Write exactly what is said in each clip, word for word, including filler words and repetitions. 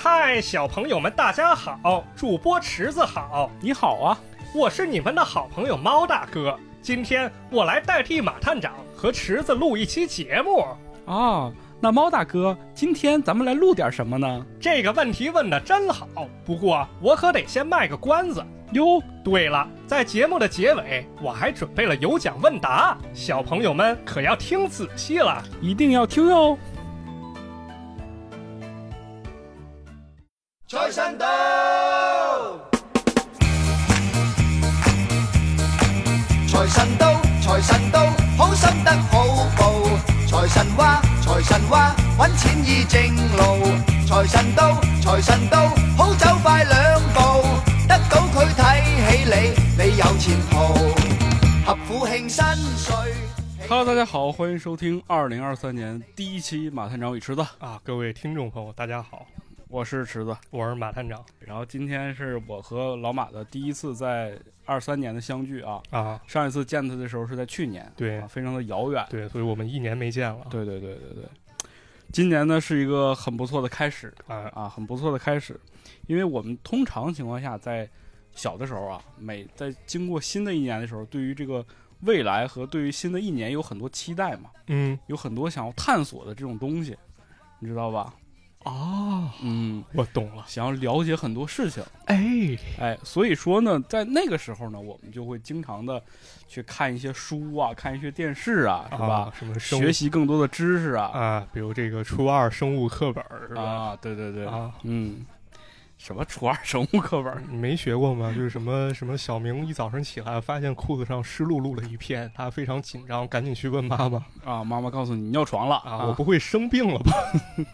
嗨，小朋友们，大家好！主播池子好， 你好啊， 我是你们的好朋友猫大哥。今天我来代替马探长和池子录一期节目。 哦，那猫大哥，今天咱们来录点什么呢？ 这个问题问得真好，不过我可得先卖个关子哟。 对了，在节目的结尾，我还准备了有奖问答，小朋友们可要听仔细了， 一定要听哟。 财神到，财神到，财神到，好心得好報。財神話，財神話，搵錢易正路。財神到，財神到，好走快兩步，得到佢睇起你，你有前途。合府慶新歲。 Hello， 大家好，欢迎收听二零二三年第一期马探长与池子啊！各位听众朋友，大家好。 我是池子， 我是马探长。 然后今天是我和老马的第一次在二三年的相聚啊啊！ 上一次见他的时候是在去年， 对、 啊，非常的遥远， 对，所以我们一年没见了。 对对对对对，今年呢是一个很不错的开始啊啊，很不错的开始，因为我们通常情况下在小的时候啊，每在经过新的一年的时候，对于这个未来和对于新的一年有很多期待嘛， 嗯， 有很多想要探索的这种东西，你知道吧？ 哦， 嗯， 我懂了， 想要了解很多事情， 哎哎，所以说呢，在那个时候呢，我们就会经常的去看一些书啊，看一些电视啊，是吧？ 啊、什么学习更多的知识啊啊，比如这个初二生物课本是吧？ 啊，对对对啊， 嗯，什么初二生物课本？ 你没学过吗？就是什么什么小明一早上起来发现裤子上湿漉漉的一片，他非常紧张，赶紧去问妈妈啊，妈妈告诉你尿床了啊，我不会生病了吧？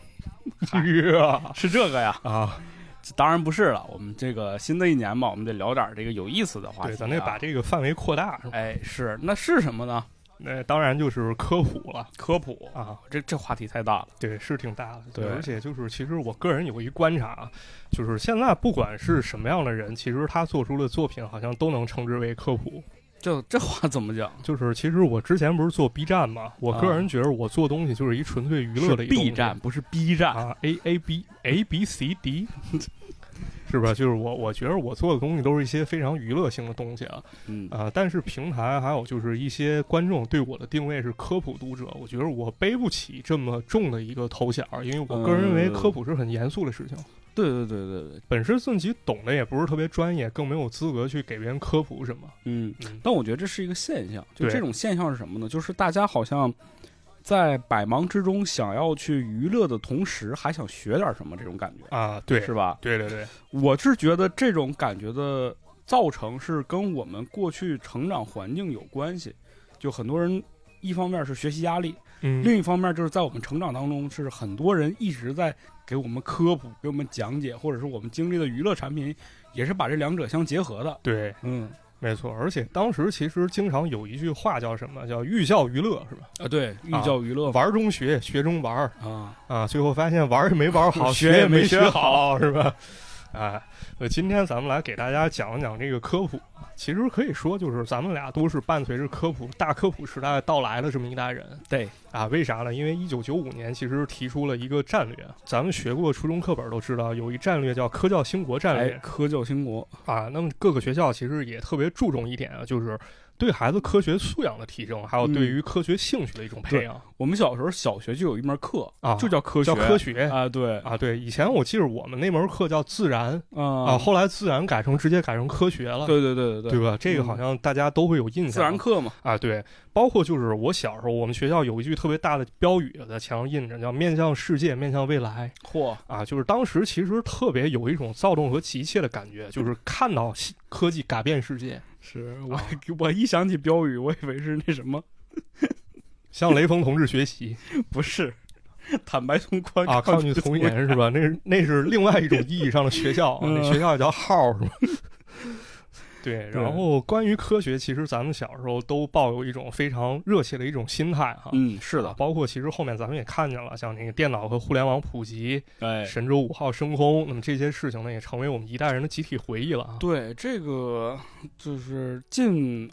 是这个呀啊， 当然不是了。我们这个新的一年嘛，我们得聊点这个有意思的话题、啊。 对，咱得把这个范围扩大。 哎，是，那是什么呢？ 那当然就是科普了。 科普啊， 这这话题太大了。 对，是挺大的。 对， 而且就是其实我个人有一观察，就是现在不管是什么样的人，其实他做出的作品好像都能称之为科普。 这这话怎么讲？ 就是其实我之前不是做 B 站嘛，我个人觉得我做东西就是一纯粹娱乐的一东西。 B 站不是 B 站啊 ，A A B A B C D， 是吧？就是我我觉得我做的东西都是一些非常娱乐性的东西啊， 嗯啊、呃，但是平台还有就是一些观众对我的定位是科普读者，我觉得我背不起这么重的一个头衔，因为我个人认为科普是很严肃的事情。嗯对对对对对， 本身自己懂的也不是特别专业，更没有资格去给别人科普什么。 嗯，但我觉得这是一个现象，就这种现象是什么呢？就是大家好像在百忙之中想要去娱乐的同时，还想学点什么，这种感觉啊，对， 是吧？ 对对对， 我是觉得这种感觉的造成是跟我们过去成长环境有关系，就很多人一方面是学习压力。 嗯， 另一方面就是在我们成长当中，是很多人一直在给我们科普、给我们讲解，或者是我们经历的娱乐产品，也是把这两者相结合的。 对， 嗯， 没错。而且当时其实经常有一句话叫什么？叫寓教于乐，是吧？ 啊，对，寓教于乐， 啊、玩中学，学中玩啊啊，最后发现玩也没玩好， 学也没学好，是吧？哎，呃，今天咱们来给大家讲讲这个科普。其实可以说，就是咱们俩都是伴随着科普大科普时代到来的这么一代人。 对啊，为啥呢？因为一九九五年其实提出了一个战略，咱们学过初中课本都知道，有一战略叫科教兴国战略。 哎、科教兴国啊，那么各个学校其实也特别注重一点啊，就是对孩子科学素养的提升，还有对于科学兴趣的一种培养。 嗯、我们小时候小学就有一门课啊， 就叫科学， 叫科学啊，对啊，对。以前我记得我们那门课叫自然、 嗯、 啊，后来自然改成直接改成科学了。 对对对对对， 对吧？这个好像大家都会有印象。 自然课嘛， 啊，对。包括就是我小时候，我们学校有一句特别大的标语在墙上印着，叫"面向世界，面向未来"。 嚯啊，就是当时其实特别有一种躁动和急切的感觉，就是看到科技改变世界。 是我、啊、我一想起标语，我以为是那什么， 向雷锋同志学习， 不是。坦白从宽啊，抗拒从严是吧？那是那是另外一种意义上的学校，啊、 嗯、 那学校也叫号是吧？对，然后关于科学，其实咱们小时候都抱有一种非常热切的一种心态哈。 嗯，是的， 包括其实后面咱们也看见了，像那个电脑和互联网普及， 哎， 神舟五号升空，那么这些事情呢，也成为我们一代人的集体回忆了。 对，这个就是近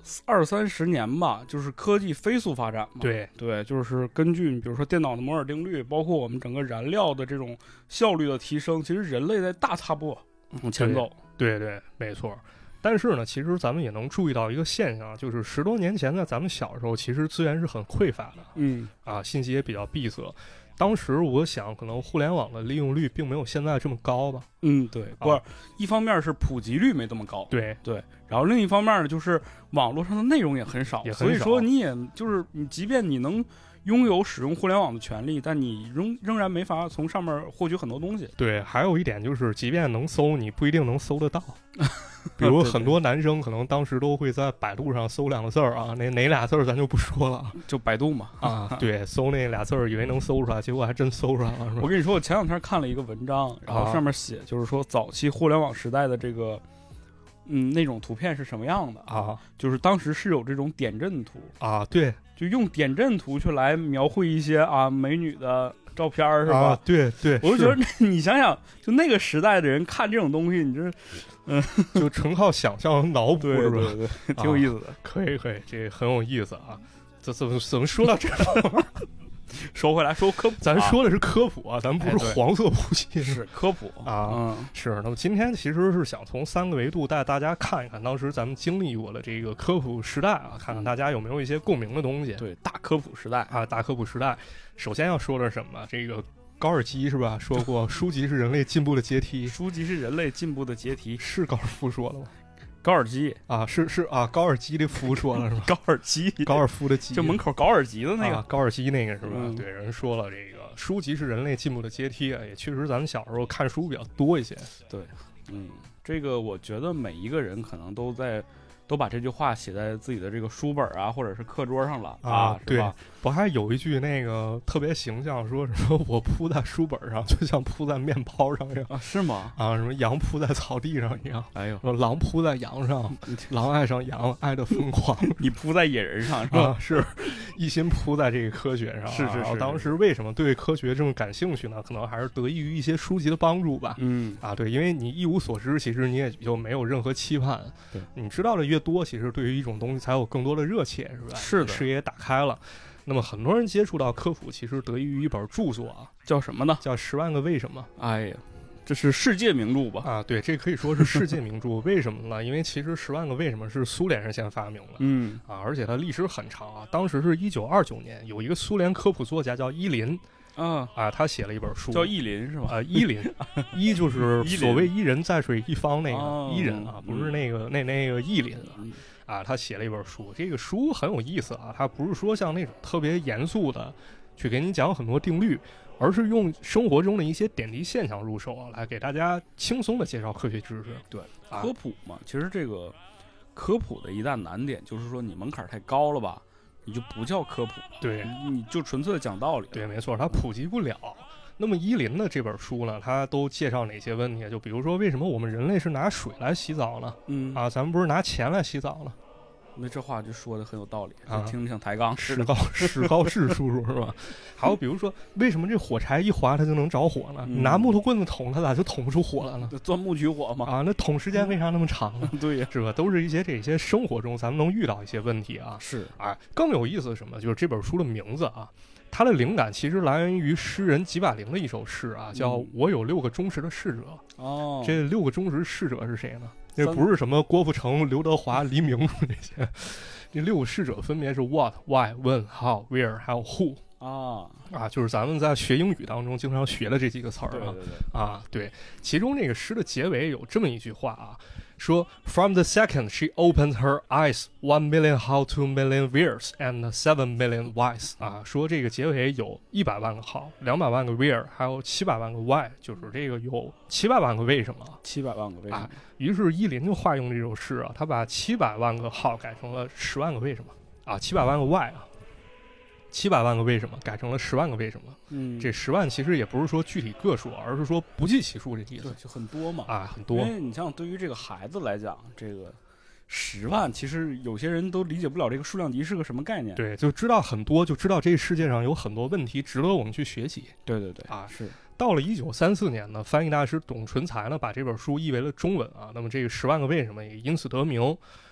二三十年吧，就是科技飞速发展嘛。 对对，就是根据你比如说电脑的摩尔定律，包括我们整个燃料的这种效率的提升，其实人类在大踏步往前走。 对对，没错。但是呢，其实咱们也能注意到一个现象，就是十多年前在咱们小时候，其实资源是很匮乏的， 嗯啊，信息也比较闭塞。当时我想，可能互联网的利用率并没有现在这么高吧。 嗯，对，不是、 啊， 一方面是普及率没这么高， 对对，然后另一方面呢，就是网络上的内容也很少， 也很少所以说你也就是你，即便你能拥有使用互联网的权利，但你仍仍然没法从上面获取很多东西。 对，还有一点就是，即便能搜，你不一定能搜得到。比如很多男生可能当时都会在百度上搜两个字儿啊，那哪俩字儿咱就不说了， 就百度嘛啊，对，搜那俩字儿以为能搜出来，结果还真搜出来了。是吧？ 我跟你说，我前两天看了一个文章，然后上面写就是说早期互联网时代的这个。嗯，那种图片是什么样的啊？就是当时是有这种点阵图啊，对， 就用点阵图去来描绘一些啊美女的照片，是吧？ 啊、对对， 我就觉得你想想，就那个时代的人看这种东西，你这，嗯， 就纯靠想象脑补，是吧？ 对对对，挺有意思的。 啊、可以可以，这很有意思啊。这怎么怎么说到这？ 说回来说科普， 咱说的是科普啊，咱们不是黄色普及， 哎、是科普啊、 嗯， 是。那么今天其实是想从三个维度带大家看一看当时咱们经历过的这个科普时代啊，看看大家有没有一些共鸣的东西。 对，大科普时代啊，大科普时代。首先要说的是什么？这个高尔基是吧？说过，书籍是人类进步的阶梯。 书籍是人类进步的阶梯， 是高尔夫说的吗？ 高尔基啊，是是啊，高尔基的夫说了是吧？ 高尔基， 高尔夫的基， 就门口高尔基的那个， 啊、高尔基那个是吧？ 嗯、 对，人说了，这个书籍是人类进步的阶梯啊，也确实咱们小时候看书比较多一些。 对，嗯，这个我觉得每一个人可能都在都把这句话写在自己的这个书本啊，或者是课桌上了啊， 对吧？ 不还有一句那个特别形象，说什么我铺在书本上，就像铺在面包上一样啊？是吗？ 啊，什么羊铺在草地上一样？ 哎呦， 说狼铺在羊上，狼爱上羊，爱的疯狂。 你铺在野人上是吧？ 啊、是一心铺在这个科学上、啊。 是是是。 然后当时为什么对科学这么感兴趣呢？可能还是得益于一些书籍的帮助吧。 嗯啊，对，因为你一无所知，其实你也就没有任何期盼。 对， 你知道的越多，其实对于一种东西才有更多的热切，是吧？ 是的， 视野打开了。那么很多人接触到科普，其实得益于一本著作啊， 叫什么呢？ 叫《十万个为什么》。 哎呀，这是世界名著吧？ 啊，对，这可以说是世界名著。为什么呢？因为其实《十万个为什么》是苏联人先发明的， 嗯啊，而且它历史很长啊。当时是一九二九年，有一个苏联科普作家叫伊林。 啊啊，他写了一本书， 叫伊林是吧？ 啊，伊林，伊就是所谓伊人在水一方那个伊人啊， 哦、 不是那个、嗯、那那个伊林啊。 嗯啊，他写了一本书，这个书很有意思啊，他不是说像那种特别严肃的去给你讲很多定律，而是用生活中的一些点滴现象入手啊，来给大家轻松的介绍科学知识。 对， 啊、 科普嘛，其实这个科普的一大难点就是说你门槛太高了吧，你就不叫科普， 对， 你就纯粹的讲道理。 对，没错，它普及不了。那么伊林的这本书呢，它都介绍哪些问题？就比如说，为什么我们人类是拿水来洗澡呢？ 嗯啊，咱们不是拿钱来洗澡呢？ 那这话就说的很有道理啊， 听着像抬杠。 史高史高士叔叔是吧？还有比如说，为什么这火柴一划它就能着火呢？ 嗯、 拿木头棍子捅它咋就捅不出火来呢？ 钻木取火嘛。 啊，那捅时间为啥那么长呢？ 对呀， 是吧？都是一些这些生活中咱们能遇到一些问题啊。 是啊，更有意思的什么？就是这本书的名字啊。它的灵感其实来源于诗人吉百灵的一首诗啊，叫《我有六个忠实的侍者》。 哦， 这六个忠实侍者是谁呢？这不是什么郭富城、刘德华、黎明这些，这六个侍者分别是 what、why、when、how、where 还有 who 啊啊，就是咱们在学英语当中经常学的这几个词儿啊。 对对对啊，对，其中这个诗的结尾有这么一句话啊。说 From the second she opened her eyes, one million how, two million wheres, and seven million whys 啊，说这个结尾有一百万个 how, 两百万个 where, 还有七百万个 why， 就是这个有七百万个为什么， 七百万个为什么。 啊，于是伊林就化用这首诗啊，他把七百万个 how 改成了十万个为什么啊，七百万个 why 啊。七百万个为什么改成了十万个为什么？ 嗯， 这十万其实也不是说具体个数，而是说不计其数这意思。 对，就很多嘛啊，很多。 因为你像对于这个孩子来讲，这个十万其实有些人都理解不了这个数量级是个什么概念。 对，就知道很多，就知道这个世界上有很多问题值得我们去学习。 对对对， 啊是。 到了一九三四年呢，翻译大师董纯才呢把这本书译为了中文啊，那么这个十万个为什么也因此得名。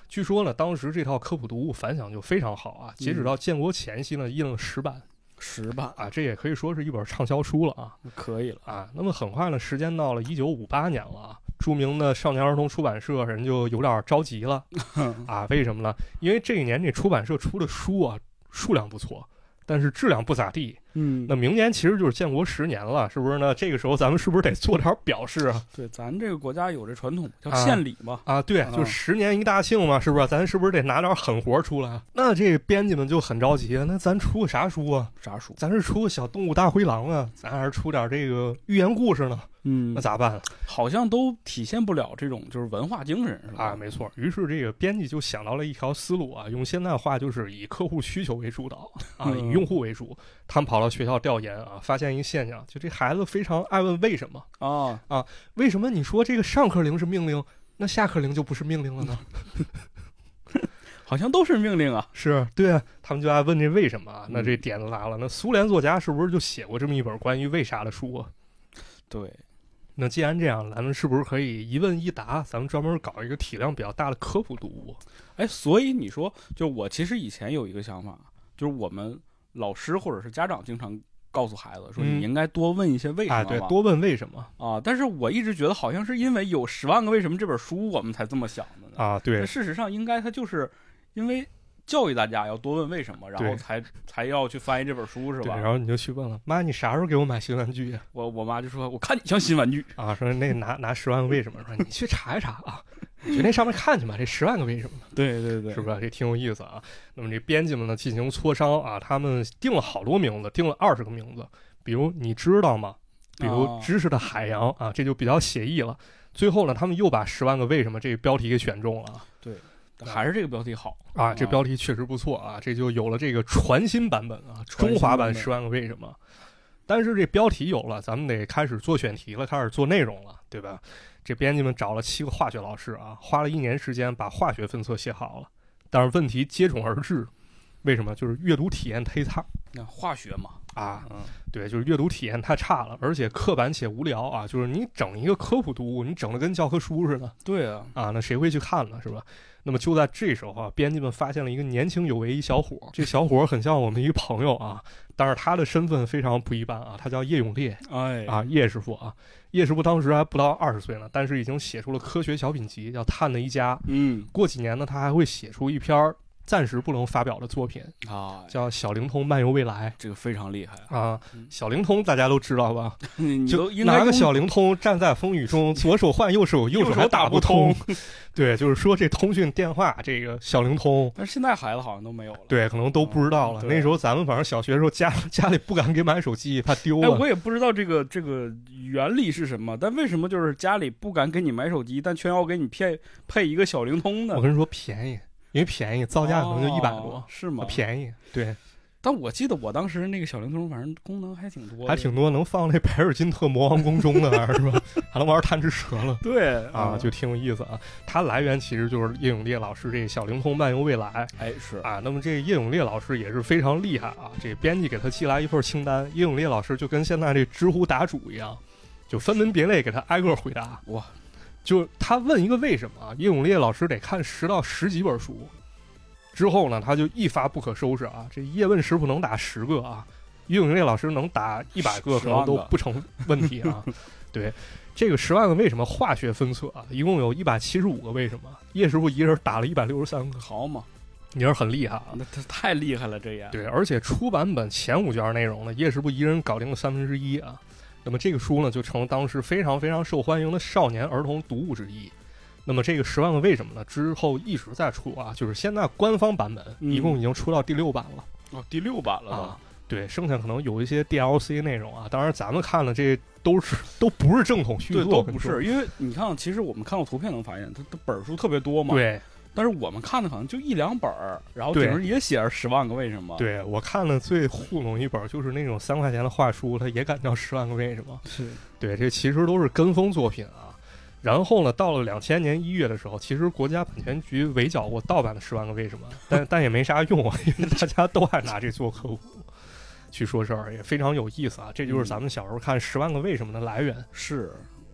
据说呢，当时这套科普读物反响就非常好啊，截止到建国前夕呢，印了十版。 十版啊，这也可以说是一本畅销书了啊， 可以了啊。那么很快呢，时间到了一九五八年了啊，著名的少年儿童出版社人就有点着急了啊，为什么呢？因为这一年这出版社出的书啊数量不错，但是质量不咋地。 嗯， 那明年其实就是建国十年了，是不是呢？这个时候咱们是不是得做点表示啊？ 对，咱这个国家有这传统叫献礼嘛。 啊，啊对，就十年一大庆嘛，是不是？咱是不是得拿点狠活出来？那这编辑们就很着急，那咱出个啥书啊？ 啥书？ 咱是出个小动物大灰狼啊，咱还是出点这个寓言故事呢？ 嗯， 那咋办？ 好像都体现不了这种就是文化精神，是吧？ 啊，没错。于是这个编辑就想到了一条思路啊，用现代话就是以客户需求为主导啊，以用户为主。他们跑到学校调研啊，发现一个现象，就这孩子非常爱问为什么啊啊？为什么你说这个上课铃是命令，那下课铃就不是命令了呢？ 好像都是命令啊， 是对啊，他们就爱问这为什么啊？那这点子来了，那苏联作家是不是就写过这么一本关于为啥的书啊？ 对。 那既然这样，咱们是不是可以一问一答？咱们专门搞一个体量比较大的科普读物？ 哎，所以你说，就我其实以前有一个想法，就是我们老师或者是家长经常告诉孩子说，你应该多问一些为什么、 嗯。哎，对，多问为什么啊！但是我一直觉得，好像是因为有《十万个为什么》这本书，我们才这么想的呢。 啊，对。 事实上，应该它就是因为教育大家要多问为什么，然后才才要去翻译这本书，是吧？ 对，然后你就去问了，妈，你啥时候给我买新玩具？ 我我妈就说，我看你像新玩具啊，说那拿拿十万个为什么，说你去查一查啊，你去那上面看去吧，这十万个为什么？ 对对对， 是不是？这挺有意思啊。那么这编辑们呢进行磋商啊，他们定了好多名字，定了二十个名字，比如你知道吗？比如知识的海洋啊，这就比较写意了。最后呢，他们又把十万个为什么这个标题给选中了。 对。还是这个标题好啊，这标题确实不错啊，这就有了这个全新版本啊，中华版十万个为什么。但是这标题有了，咱们得开始做选题了，开始做内容了，对吧？这编辑们找了七个化学老师啊，花了一年时间把化学分册写好了，但是问题接踵而至，为什么？就是阅读体验忒差。 那化学嘛， 啊，嗯，对，就是阅读体验太差了，而且刻板且无聊啊，就是你整一个科普读物，你整的跟教科书似的。 对啊， 啊，那谁会去看呢？是吧？那么就在这时候啊，编辑们发现了一个年轻有为一小伙，这小伙很像我们一个朋友啊，但是他的身份非常不一般啊，他叫叶永烈， 哎啊，叶师傅啊，叶师傅当时还不到二十岁呢，但是已经写出了科学小品集，叫《碳的一家》。 嗯， 过几年呢，他还会写出一篇暂时不能发表的作品啊， 叫《小灵通漫游未来》， 这个非常厉害啊！小灵通大家都知道吧？ 你就拿个小灵通站在风雨中，左手换右手，右手还打不通。对，就是说这通讯电话这个小灵通， 但是现在孩子好像都没有了。 对，可能都不知道了。 嗯、 那时候咱们反正小学的时候家家里不敢给买手机，怕丢了。 哎，我也不知道这个这个原理是什么，但为什么就是家里不敢给你买手机，但却要给你配配一个小灵通呢？ 我跟你说便宜。因为便宜，造价可能就一百多、 哦，是吗？ 便宜，对。 但我记得我当时那个小灵通，反正功能还挺多， 还挺多，能放那培尔金特魔王宫中的玩意儿是吧？还能玩贪吃蛇了。 对啊，就挺有意思啊。它来源其实就是叶永烈老师这个小灵通漫游未来。 哎，是啊。那么这叶永烈老师也是非常厉害啊。这编辑给他寄来一份清单，叶永烈老师就跟现在这知乎答主一样，就分门别类给他挨个回答。 哇！ 就他问一个为什么，叶永烈老师得看十到十几本书，之后呢，他就一发不可收拾啊！这叶问食谱能打十个啊，叶永烈老师能打一百个，可能都不成问题啊。对，这个十万个为什么化学分册啊，一共有一百七十五个为什么，叶师傅一人打了一百六十三个， 好嘛， 也是很厉害啊！ 那他太厉害了，这也对，而且出版本前五卷内容呢，叶师傅一人搞定了三分之一啊。那么这个书呢，就成当时非常非常受欢迎的少年儿童读物之一。那么这个十万个为什么呢？之后一直在出啊，就是现在官方版本一共已经出到第六版了。 嗯、哦，第六版了啊！对，剩下可能有一些 D L C 内容啊。当然，咱们看的这都是都不是正统续作， 对，都不是。因为你看，其实我们看过图片能发现，它的本数特别多嘛。 对。 但是我们看的可能就一两本儿，然后顶上也写着十万个为什么。 对，我看了最糊弄一本就是那种三块钱的画书，它也敢叫十万个为什么。 是， 对，这其实都是跟风作品啊。然后呢，到了两千年一月的时候，其实国家版权局围剿过盗版的十万个为什么，但但也没啥用啊，因为大家都爱拿这做科普去说事儿，也非常有意思啊。这就是咱们小时候看十万个为什么的来源。 是。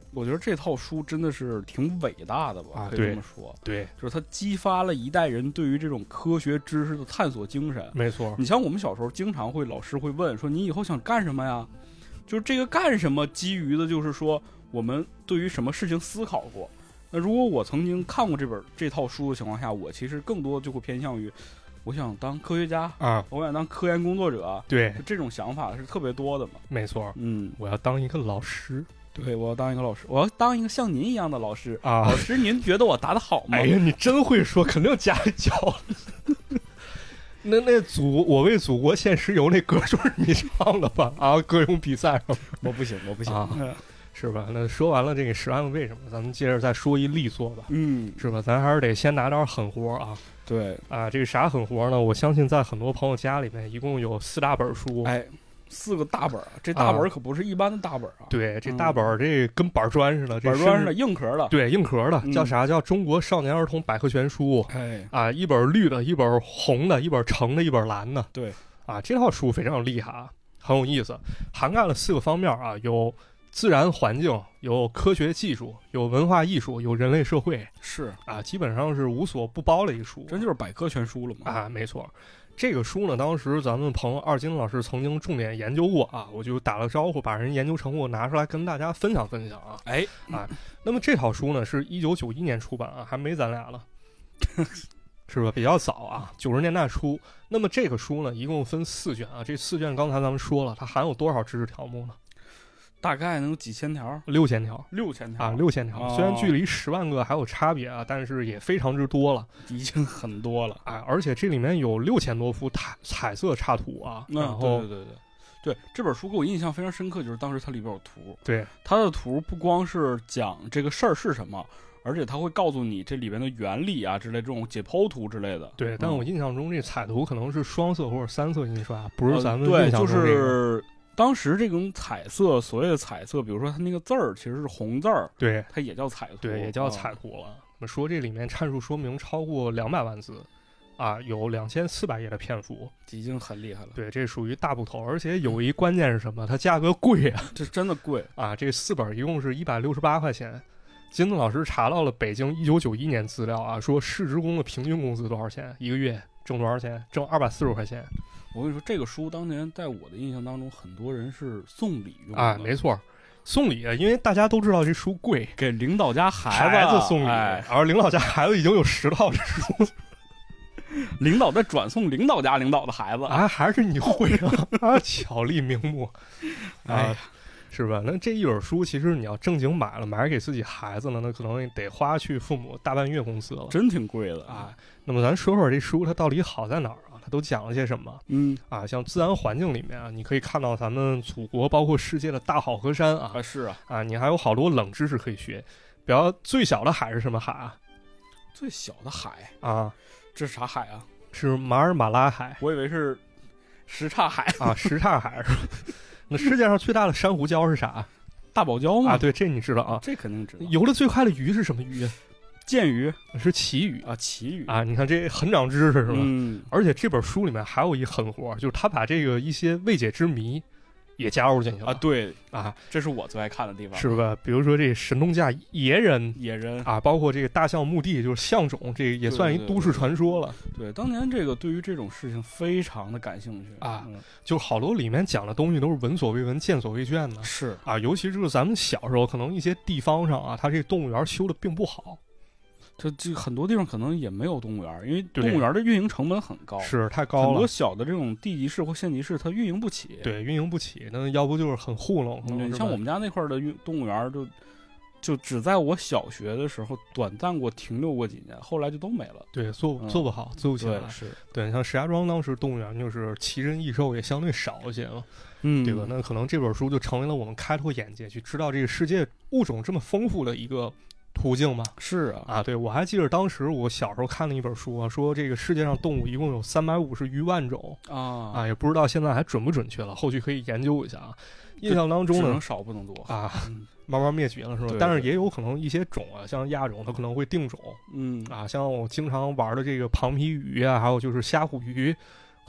我觉得这套书真的是挺伟大的吧， 啊、 可以这么说。 对， 就是它激发了一代人对于这种科学知识的探索精神。 没错。 你像我们小时候经常会老师会问说你以后想干什么呀？就是这个干什么基于的就是说我们对于什么事情思考过。那如果我曾经看过这本这套书的情况下，我其实更多就会偏向于我想当科学家啊， 我想当科研工作者。 对， 这种想法是特别多的嘛。 没错。 嗯， 我要当一个老师。 对，我要当一个老师，我要当一个像您一样的老师啊！ 老师，您觉得我答得好吗？ 哎呀，你真会说，肯定家里教。那那祖我为祖国献石油那歌就是你唱的吧？啊，歌咏比赛上， 我不行，我不行啊，是吧？那说完了这个十万个为什么，咱们接着再说一力作吧。 嗯， 是吧？咱还是得先拿点狠活啊。 对啊，这个啥狠活呢？我相信在很多朋友家里面，一共有四大本书。 哎。四个大本啊，这大本可不是一般的大本啊！ 啊对，这大本这跟板砖似的， 板砖似的，硬壳的。 对，硬壳的， 嗯、 叫啥？叫《中国少年儿童百科全书》。 哎， 啊，一本绿的，一本红的，一本橙的，一本蓝的。 对， 啊，这套书非常厉害啊，很有意思，涵盖了四个方面啊，有自然环境，有科学技术，有文化艺术，有人类社会。 是啊，基本上是无所不包的一书， 真就是百科全书了嘛。 啊，没错。这个书呢，当时咱们朋友二金老师曾经重点研究过啊，我就打了招呼，把人研究成果拿出来跟大家分享分享啊。 哎啊，那么这套书呢是一九九一年出版啊，还没咱俩了，是吧？比较早啊，九十年代初。那么这个书呢，一共分四卷啊，这四卷刚才咱们说了，它含有多少知识条目呢？ 大概能有几千条， 六千条， 六千条啊，六千条。 哦、 虽然距离十万个还有差别啊，但是也非常之多了， 已经很多了啊！而且这里面有六千多幅彩彩色插图啊。 嗯、 然后， 对对对对，对这本书给我印象非常深刻，就是当时它里边有图。 对， 它的图不光是讲这个事儿是什么，而且它会告诉你这里边的原理啊之类这种解剖图之类的。 对，但我印象中这彩图可能是双色或者三色印刷，不是咱们印象中、 这个呃、对，就是当时这种彩色，所谓的彩色，比如说它那个字儿其实是红字儿， 对， 它也叫彩图， 对，也叫彩图了。我们、嗯、说这里面阐述说明超过两百万字，啊，有两千四百页的篇幅， 已经很厉害了。 对，这属于大部头，而且有一关键是什么？它价格贵啊， 这真的贵啊！这四本一共是一百六十八块钱。金子老师查到了北京一九九一年资料啊，说市职工的平均工资多少钱？一个月挣多少钱？挣二百四十块钱。 我跟你说，这个书当年在我的印象当中，很多人是送礼用的啊，没错，送礼啊，因为大家都知道这书贵， 给领导家孩子孩子送礼， 哎、 而领导家孩子已经有十套这书， 领导在转送领导家领导的孩子啊，还是你会啊，啊巧立名目，啊。哎是吧？那这一本书，其实你要正经买了，买给自己孩子呢，那可能得花去父母大半月工资了， 真挺贵的啊。那么咱说说这书它到底好在哪儿啊？它都讲了些什么？ 嗯啊，像自然环境里面啊，你可以看到咱们祖国包括世界的大好河山啊， 啊是啊啊，你还有好多冷知识可以学。比方最小的海是什么海啊？ 最小的海啊， 这是啥海啊？ 是马尔马拉海。 我以为是什刹海啊，什刹海是吧？那世界上最大的珊瑚礁是啥？ 大堡礁吗？ 啊，对，这你知道啊？ 这肯定知道。 游得最快的鱼是什么鱼？ 剑鱼， 是旗鱼啊，旗鱼啊！你看这很长知识是吧？ 嗯。 而且这本书里面还有一狠活，就是他把这个一些未解之谜也加入进去了啊。对啊， 这是我最爱看的地方， 是吧？比如说这神农架野人， 野人啊，包括这个大象墓地，就是象种，这个也算一都市传说了。 对， 对， 对， 对，当年这个对于这种事情非常的感兴趣啊， 嗯、 就好多里面讲的东西都是闻所未闻、见所未见的。 是啊，尤其是咱们小时候，可能一些地方上啊，它这动物园修的并不好。 这这很多地方可能也没有动物园，因为动物园的运营成本很高， 是太高了。 很多小的这种地级市或县级市，它运营不起。 对，运营不起，那要不就是很糊弄。 嗯、像我们家那块的运动物园就，就就只在我小学的时候短暂过停留过几年，后来就都没了。 对，做、嗯、做不好，做不起来。 对，是对，像石家庄当时动物园就是奇珍异兽也相对少一些嘛， 嗯， 对吧？那可能这本书就成为了我们开拓眼界，去知道这个世界物种这么丰富的一个途径嘛。 是啊， 啊，对，我还记得当时我小时候看了一本书啊，说这个世界上动物一共有三百五十余万种啊， 啊，也不知道现在还准不准确了，后续可以研究一下啊。印象当中呢， 只能少不能多啊， 嗯、 慢慢灭绝了是吧？ 对对对， 但是也有可能一些种啊，像亚种，它可能会定种， 嗯啊，像我经常玩的这个庞皮鱼啊，还有就是虾虎鱼，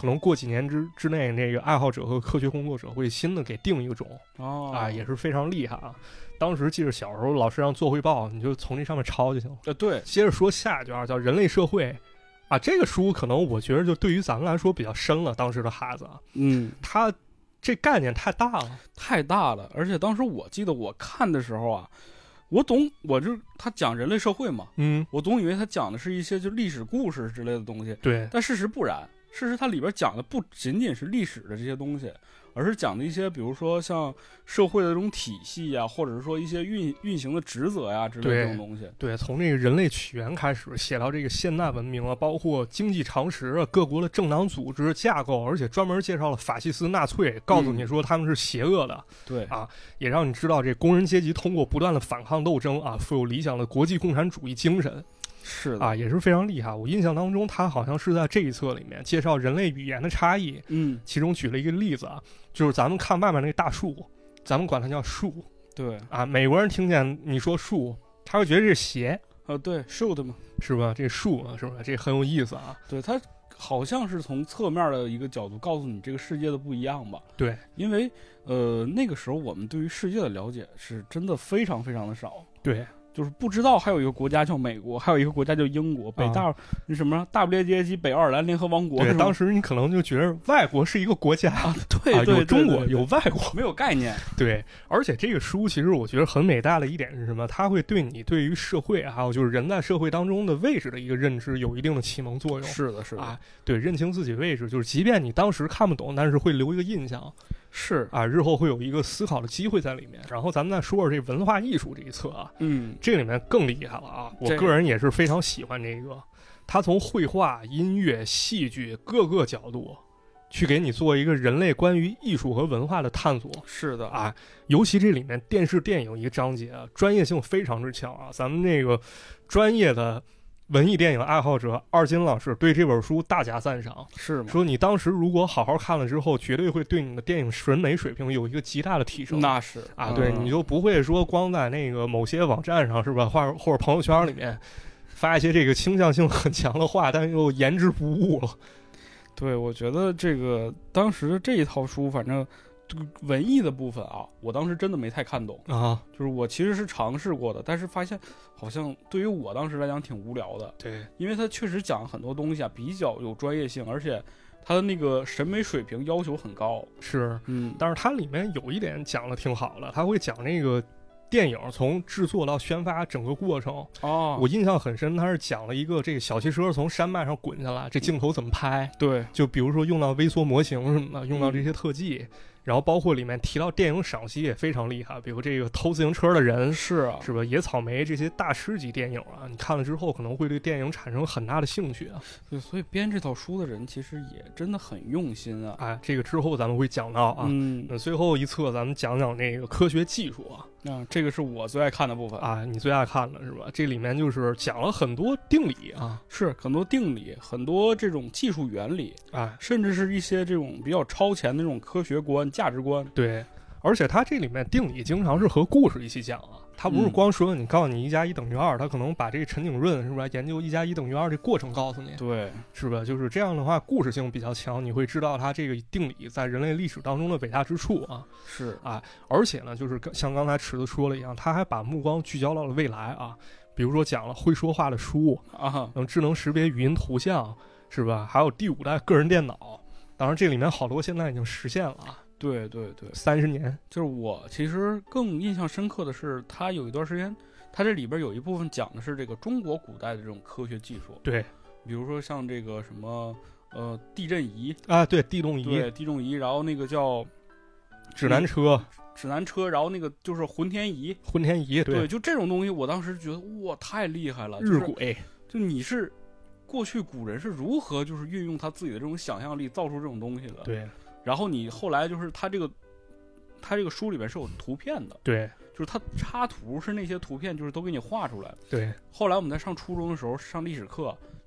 可能过几年之之内，这个爱好者和科学工作者会新的给定一个种哦啊，也是非常厉害啊。当时记得小时候老师让做汇报，你就从这上面抄就行了。 呃，对。 接着说下一句啊，叫人类社会啊，这个书可能我觉得就对于咱们来说比较深了，当时的孩子啊， 嗯， 他这概念太大了， 太大了。而且当时我记得我看的时候啊，我总我就他讲人类社会嘛， 嗯， 我总以为他讲的是一些就历史故事之类的东西， 对， 但事实不然，事实它里边讲的不仅仅是历史的这些东西，而是讲的一些比如说像社会的这种体系呀、啊，或者是说一些运运行的职责呀、啊、之类的这种东西。 对，从这个人类起源开始写到这个现代文明啊，包括经济常识啊，各国的政党组织架构，而且专门介绍了法西斯纳粹，告诉你说他们是邪恶的。 嗯、对啊，也让你知道这工人阶级通过不断的反抗斗争啊，富有理想的国际共产主义精神。 是的啊，也是非常厉害。我印象当中，他好像是在这一册里面介绍人类语言的差异。 嗯， 其中举了一个例子啊，就是咱们看外面那个大树，咱们管它叫树。 对啊，美国人听见你说树，他会觉得这是鞋。 啊，对，树的嘛， 是吧？这树啊，是吧？这很有意思啊。 对，它好像是从侧面的一个角度告诉你这个世界的不一样吧。 对， 因为呃那个时候我们对于世界的了解是真的非常非常的少。 对。 就是不知道还有一个国家叫美国，还有一个国家叫英国，北大那、啊、什么大不列颠及北爱尔兰联合王国。 对，当时你可能就觉得外国是一个国家啊，对对对对对， 有中国有外国， 没有概念。 对，而且这个书其实我觉得很伟大的一点是什么？它会对你对于社会还有就是人在社会当中的位置的一个认知有一定的启蒙作用。 是的，是的啊， 对，认清自己位置，就是即便你当时看不懂，但是会留一个印象。 是啊，日后会有一个思考的机会在里面。然后咱们再说说这文化艺术这一侧啊， 嗯， 这里面更厉害了啊！我个人也是非常喜欢这个，他从绘画、音乐、戏剧各个角度去给你做一个人类关于艺术和文化的探索。 是的啊，尤其这里面电视电影一个章节啊，专业性非常之强啊。咱们这个专业的文艺电影爱好者二金老师对这本书大加赞赏， 是吗？ 说你当时如果好好看了之后，绝对会对你的电影审美水平有一个极大的提升。 那是啊，对， 嗯、 你就不会说光在那个某些网站上是吧，或者或者朋友圈里面发一些这个倾向性很强的话，但又言之不悟了。 对，我觉得这个当时这一套书，反正文艺的部分啊，我当时真的没太看懂啊。 就是我其实是尝试过的，但是发现好像对于我当时来讲挺无聊的。 对， 因为它确实讲很多东西啊，比较有专业性，而且它的那个审美水平要求很高。 是， 嗯， 但是它里面有一点讲的挺好的，它会讲那个电影从制作到宣发整个过程。 哦， 我印象很深，它是讲了一个这个小汽车从山脉上滚下来，这镜头怎么拍？ 对， 就比如说用到微缩模型什么的，用到这些特技。嗯，然后包括里面提到电影赏析也非常厉害，比如这个偷自行车的人是啊， 是吧？野草莓这些大师级电影啊，你看了之后可能会对电影产生很大的兴趣啊。 对，所以编这套书的人其实也真的很用心啊。 哎，这个之后咱们会讲到啊。 嗯， 那最后一册咱们讲讲那个科学技术啊。 啊，这个是我最爱看的部分啊，你最爱看的是吧？这里面就是讲了很多定理啊， 是很多定理，很多这种技术原理啊， 甚至是一些这种比较超前的这种科学观、价值观。 对，而且它这里面定理经常是和故事一起讲啊，它不是光说你告诉你一加一等于二，它可能把这个陈景润是吧，研究一加一等于二这过程告诉你， 对， 是吧？就是这样的话，故事性比较强，你会知道它这个定理在人类历史当中的伟大之处啊。 是啊，而且呢，就是像刚才池子说了一样，他还把目光聚焦到了未来啊，比如说讲了会说话的书啊， 能智能识别语音图像，是吧？还有第五代个人电脑，当然这里面好多现在已经实现了啊。 对对对， 三十年。 就是我其实更印象深刻的是，他有一段时间，他这里边有一部分讲的是这个中国古代的这种科学技术。 对， 比如说像这个什么呃地震仪啊，对，地动仪， 对，地动仪，然后那个叫指南车， 指南车，然后那个就是浑天仪， 浑天仪，对， 对，就这种东西，我当时觉得哇，太厉害了， 日晷， 就你是过去古人是如何就是运用他自己的这种想象力造出这种东西的， 对。 然后你后来就是他这个，他这个书里边是有图片的， 对， 就是他插图是那些图片，就是都给你画出来。 对。 后来我们在上初中的时候上历史课，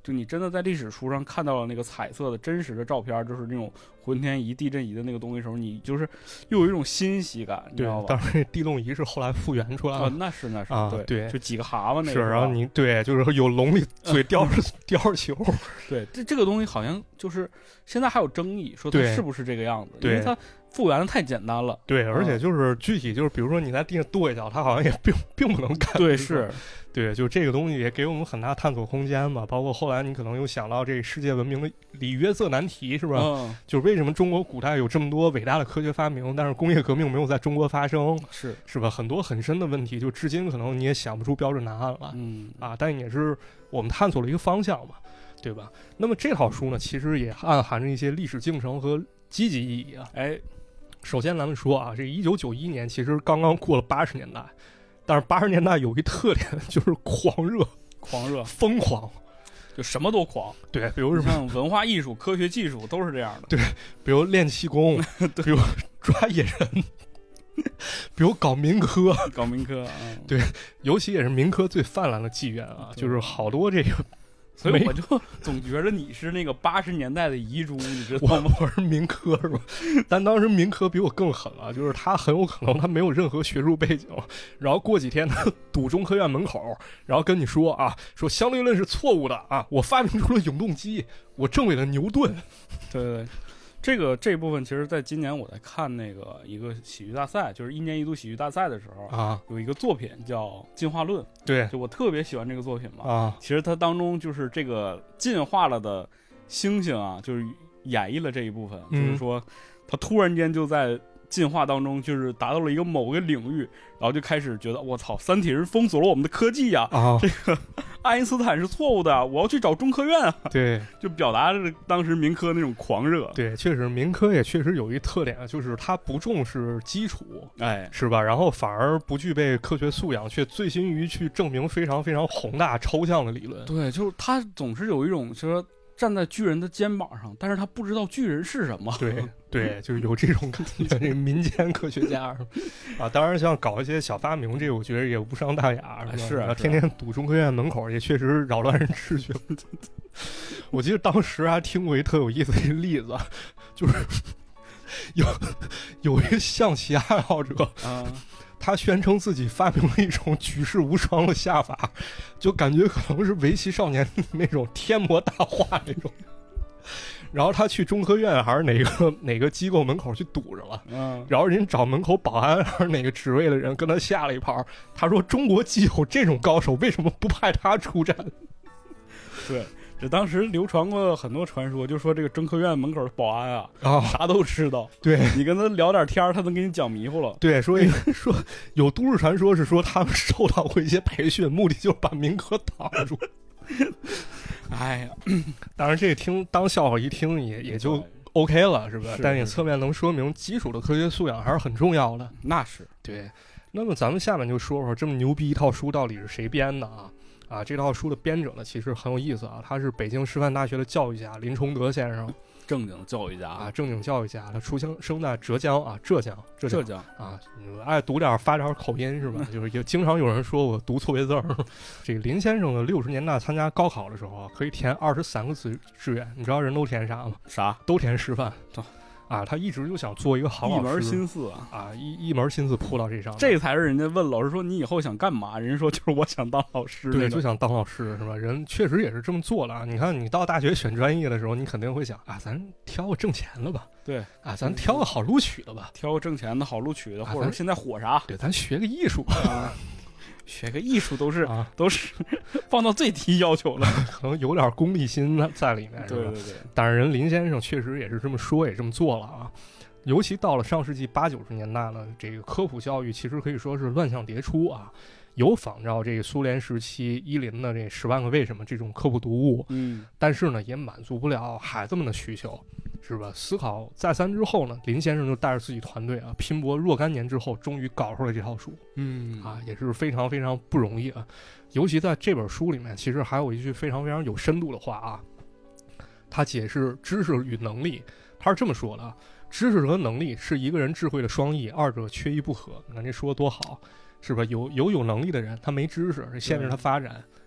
就你真的在历史书上看到了那个彩色的真实的照片，就是那种浑天仪、地震仪的那个东西的时候，你就是又有一种欣喜感，你知道吧？ 当然，地动仪是后来复原出来的。 啊，那是那是啊， 对对， 就几个蛤蟆那个。 是，然后你对，就是有龙里嘴叼着叼着球。 对，这这个东西好像就是现在还有争议，说它是不是这个样子，因为它复原的太简单了。 对，而且就是具体就是，比如说你在地上跺一脚，它好像也并并不能干。 对，是。 对，就这个东西也给我们很大探索空间嘛。包括后来你可能又想到这世界文明的里约瑟难题，是吧？ 嗯， 就是为什么中国古代有这么多伟大的科学发明，但是工业革命没有在中国发生， 是是吧？很多很深的问题，就至今可能你也想不出标准答案了。 嗯啊，但也是我们探索了一个方向嘛，对吧？那么这套书呢，其实也暗含着一些历史进程和积极意义啊。 哎， 首先咱们说啊，这一九九一年其实刚刚过了八十年代。但是八十年代有一特点，就是狂热、 狂热、 疯狂， 就什么都狂。 对，比如什么像文化艺术、科学技术都是这样的。 对，比如练气功，比如抓野人，比如搞民科， 搞民科啊。 对，尤其也是民科最泛滥的纪元啊，就是好多这个。 所以我就总觉得你是那个八十年代的遗珠，你知道吗？ 我是民科是吧？但当时民科比我更狠了，就是他很有可能他没有任何学术背景，然后过几天他堵中科院门口，然后跟你说啊，说相对论是错误的啊，我发明出了永动机，我证伪了牛顿。 对对对。这个这一部分其实在今年我在看那个一个喜剧大赛，就是一年一度喜剧大赛的时候啊， 有一个作品叫《进化论》。 对， 就我特别喜欢这个作品嘛。 啊， 其实它当中就是这个进化了的猩猩啊，就是演绎了这一部分， 嗯、 就是说它突然间就在进化当中就是达到了一个某个领域，然后就开始觉得我操，三体人封锁了我们的科技呀、 啊，啊这个爱因斯坦是错误的，我要去找中科院啊。 对， 就表达着当时民科那种狂热。 对，确实民科也确实有一特点，就是它不重视基础， 哎， 是吧？然后反而不具备科学素养，却醉心于去证明非常非常宏大抽象的理论。 对，就是他总是有一种说站在巨人的肩膀上，但是他不知道巨人是什么。 对对，就是有这种感觉，这个民间科学家啊，当然像搞一些小发明，这个我觉得也无伤大雅，是吧？ 是啊， 天天堵中科院门口，也确实扰乱人秩序。我记得当时还听过一特有意思的一个例子，就是有有一个象棋爱好者啊。他宣称自己发明了一种举世无双的下法，就感觉可能是围棋少年那种天魔大化那种。然后他去中科院还是哪个哪个机构门口去堵着了，嗯，然后人找门口保安还是哪个职位的人跟他下了一盘，他说中国既有这种高手，为什么不派他出战？ 对。这当时流传过很多传说，就说这个中科院门口的保安啊， 啊啥都知道。 对， 你跟他聊点天，他能给你讲迷糊了。 对，所以说有都市传说是说他们受到过一些培训，目的就是把民科挡住。 哎呀， 当然这个听当笑话一听也也就 OK 了，是吧？ 是但也侧面能说明基础的科学素养还是很重要的。 那是对。那么咱们下面就说说这么牛逼一套书到底是谁编的啊？啊，这套书的编者呢，其实很有意思啊，他是北京师范大学的教育家林崇德先生， 正经教育家啊，正经教育家，他出生生在浙江啊，浙江，浙江， 浙江啊，爱读点发点口音是吧？就是也经常有人说我读错别字儿。这个林先生的六十年代参加高考的时候啊，可以填二十三个志志愿，你知道人都填啥吗？ 啥？ 都填师范。啊，他一直就想做一个好老师， 一门心思啊， 啊一一门心思扑到这上， 这才是人家问老师说你以后想干嘛，人家说就是我想当老师， 对，就想当老师是吧？人确实也是这么做了啊。你看你到大学选专业的时候，你肯定会想啊，咱挑个挣钱的吧， 对啊，咱挑个好录取的吧， 挑个挣钱的好录取的， 啊、 或者现在火啥？ 对，咱学个艺术啊。学个艺术都是、 啊、 都是放到最低要求了， 可能有点功利心在里面， 对对对。 但是人林先生确实也是这么说，也这么做了啊。尤其到了上世纪八九十年代呢，这个科普教育其实可以说是乱象迭出啊，有仿照这个苏联时期伊林的这《十万个为什么》这种科普读物， 嗯， 但是呢也满足不了孩子们的需求，是吧？思考再三之后呢，林先生就带着自己团队啊，拼搏若干年之后，终于搞出了这套书， 嗯啊，也是非常非常不容易啊。尤其在这本书里面，其实还有一句非常非常有深度的话啊，他解释知识与能力，他是这么说的啊。知识和能力是一个人智慧的双翼，二者缺一不可。你看这说的多好，是吧？有有有能力的人，他没知识，限制他发展；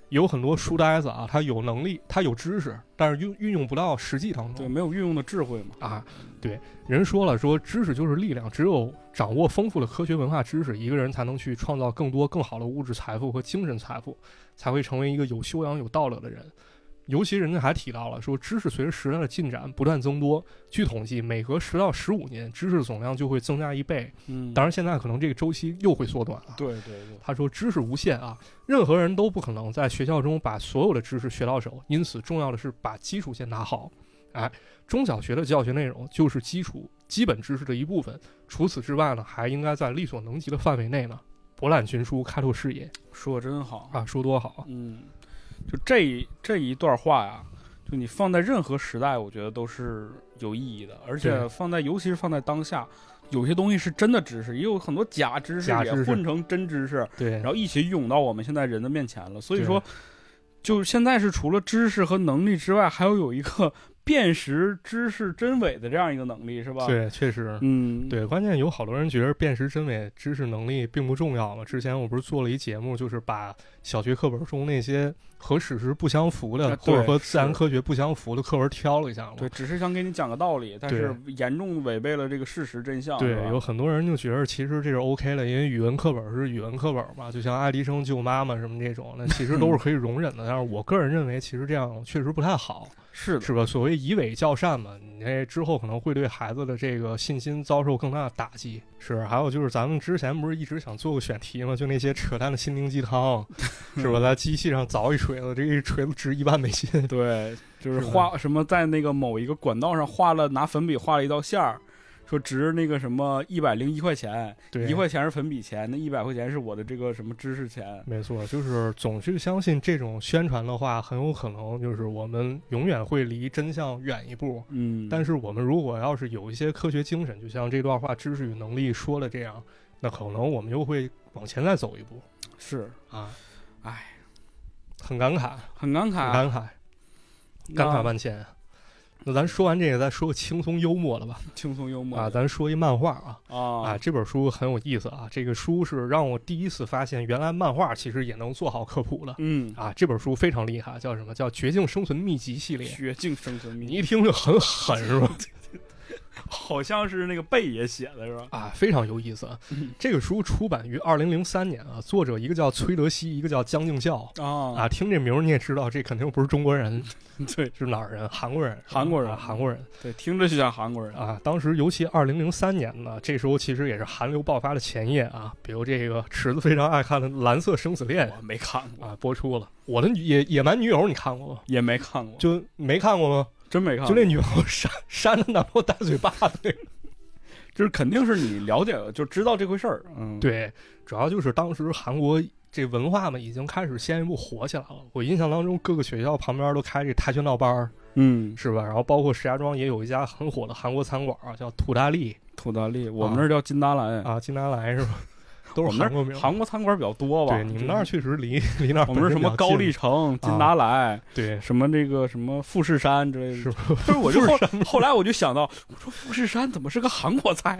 有很多书呆子啊，他有能力，他有知识，但是运运用不到实际当中。 对，没有运用的智慧嘛。 啊，对，人说了，说知识就是力量，只有掌握丰富的科学文化知识，一个人才能去创造更多更好的物质财富和精神财富，才会成为一个有修养有道德的人。尤其人家还提到了说，知识随着时代的进展不断增多，据统计每隔十到十五年知识总量就会增加一倍。 嗯， 当然现在可能这个周期又会缩短啊。 对对对， 他说知识无限啊，任何人都不可能在学校中把所有的知识学到手，因此重要的是把基础先打好。哎，中小学的教学内容就是基础基本知识的一部分，除此之外呢，还应该在力所能及的范围内呢，博览群书，开拓视野。 说得真好啊，说多好。 嗯，就这这一段话呀，就你放在任何时代，我觉得都是有意义的，而且放在尤其是放在当下，有些东西是真的知识，也有很多假知识也混成真知识， 对， 然后一起涌到我们现在人的面前了。所以说，就现在是除了知识和能力之外，还要有一个辨识知识真伪的这样一个能力，是吧？ 对，确实， 嗯， 对，关键有好多人觉得辨识真伪知识能力并不重要嘛。之前我不是做了一节目，就是把小学课本中那些和史实不相符的， 啊、 或者和自然科学不相符的课文挑了一下嘛。 对，只是想给你讲个道理，但是严重违背了这个事实真相。 对，有很多人就觉得其实这是 OK 的，因为语文课本是语文课本嘛，就像爱迪生救妈妈什么这种，那其实都是可以容忍的。但是我个人认为，其实这样确实不太好。 是的， 是吧？所谓以伪教善嘛，你这之后可能会对孩子的这个信心遭受更大的打击。是，还有就是咱们之前不是一直想做个选题吗？就那些扯淡的心灵鸡汤，是吧？在机器上凿一锤子，这一锤子值一万美金。 对，就是画什么在那个某一个管道上画了，拿粉笔画了一道线儿。说值那个什么一百零一块钱，一块钱是粉笔钱，那一百块钱是我的这个什么知识钱。 没错，就是总是相信这种宣传的话，很有可能就是我们永远会离真相远一步。 嗯， 但是我们如果要是有一些科学精神，就像这段话知识与能力说的这样，那可能我们又会往前再走一步。 是啊， 哎， 很感慨， 很感慨， 很感慨，感慨万千。那咱说完这个，再说个轻松幽默的吧。 轻松幽默啊，咱说一漫画啊啊啊，这本书很有意思啊。这个书是让我第一次发现，原来漫画其实也能做好科普的。 嗯啊，这本书非常厉害，叫什么？叫《绝境生存秘籍》系列。 绝境生存秘籍， 你一听就很狠是吧？ 好像是那个贝爷写的是吧？ 啊，非常有意思。这个书出版于二零零三年啊，作者一个叫崔德熙，一个叫江敬孝啊啊。听这名你也知道，这肯定不是中国人， 对， 是哪儿人？韩国人， 韩国人， 啊、韩国人。 对，听着就像韩国人啊。当时尤其二零零三年呢，这时候其实也是韩流爆发的前夜啊。比如这个池子非常爱看的《蓝色生死恋》， 我没看过啊，播出了。我的野野蛮女友你看过吗？ 也没看过， 就没看过吗？ 真没看过。 就那女朋友扇扇着男朋友大嘴巴子那个。 就是肯定是你了解就知道这回事儿，嗯， 对，主要就是当时韩国这文化嘛已经开始先一步火起来了。我印象当中，各个学校旁边都开这跆拳道班， 嗯， 是吧？然后包括石家庄也有一家很火的韩国餐馆啊，叫土大利。 土大利，我们那儿叫金达莱啊，金达莱是吧？都是韩国名。 韩国餐馆比较多吧？ 对，你们那儿确实离离那儿。 我们是什么高丽城、金达莱， 啊、对， 什么这个什么富士山之类的。 是吧？ 就是我就后后来我就想到，我说富士山怎么是个韩国菜？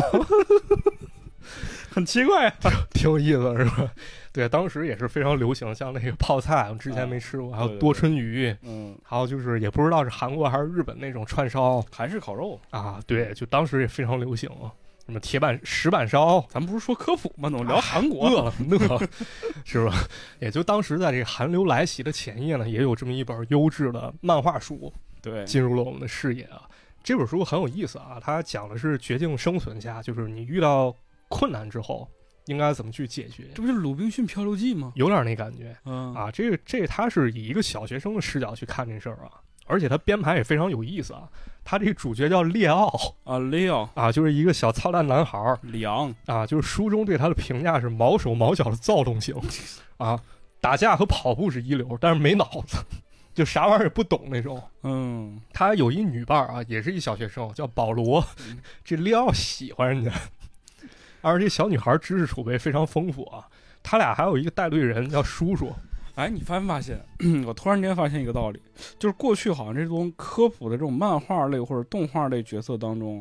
很奇怪、啊， 挺有意思是吧？对，当时也是非常流行，像那个泡菜，我之前没吃过， 啊、 还有多春鱼， 嗯， 还有就是也不知道是韩国还是日本那种串烧， 韩式烤肉啊，对，就当时也非常流行。什么铁板石板烧， 咱不是说科普吗？怎么聊韩国？ 饿了，饿了，是吧？也就当时在这个韩流来袭的前夜呢，也有这么一本优质的漫画书， 对， 进入了我们的视野啊。这本书很有意思啊，它讲的是绝境生存下，就是你遇到困难之后应该怎么去解决。 这不是《鲁滨逊漂流记》吗？ 有点那感觉， 嗯啊，这个这他是以一个小学生的视角去看这事儿啊。而且他编排也非常有意思啊，他这个主角叫列奥啊，列奥啊，就是一个小操蛋男孩儿， 里昂啊，就是书中对他的评价是毛手毛脚的躁动型，啊，打架和跑步是一流，但是没脑子，就啥玩意儿也不懂那种。 嗯， 他有一女伴啊，也是一小学生，叫保罗， 嗯、 这列奥喜欢人家，而且小女孩知识储备非常丰富啊，他俩还有一个带队人叫叔叔。 哎，你发没发现？我突然间发现一个道理，就是过去好像这种科普的这种漫画类或者动画类角色当中，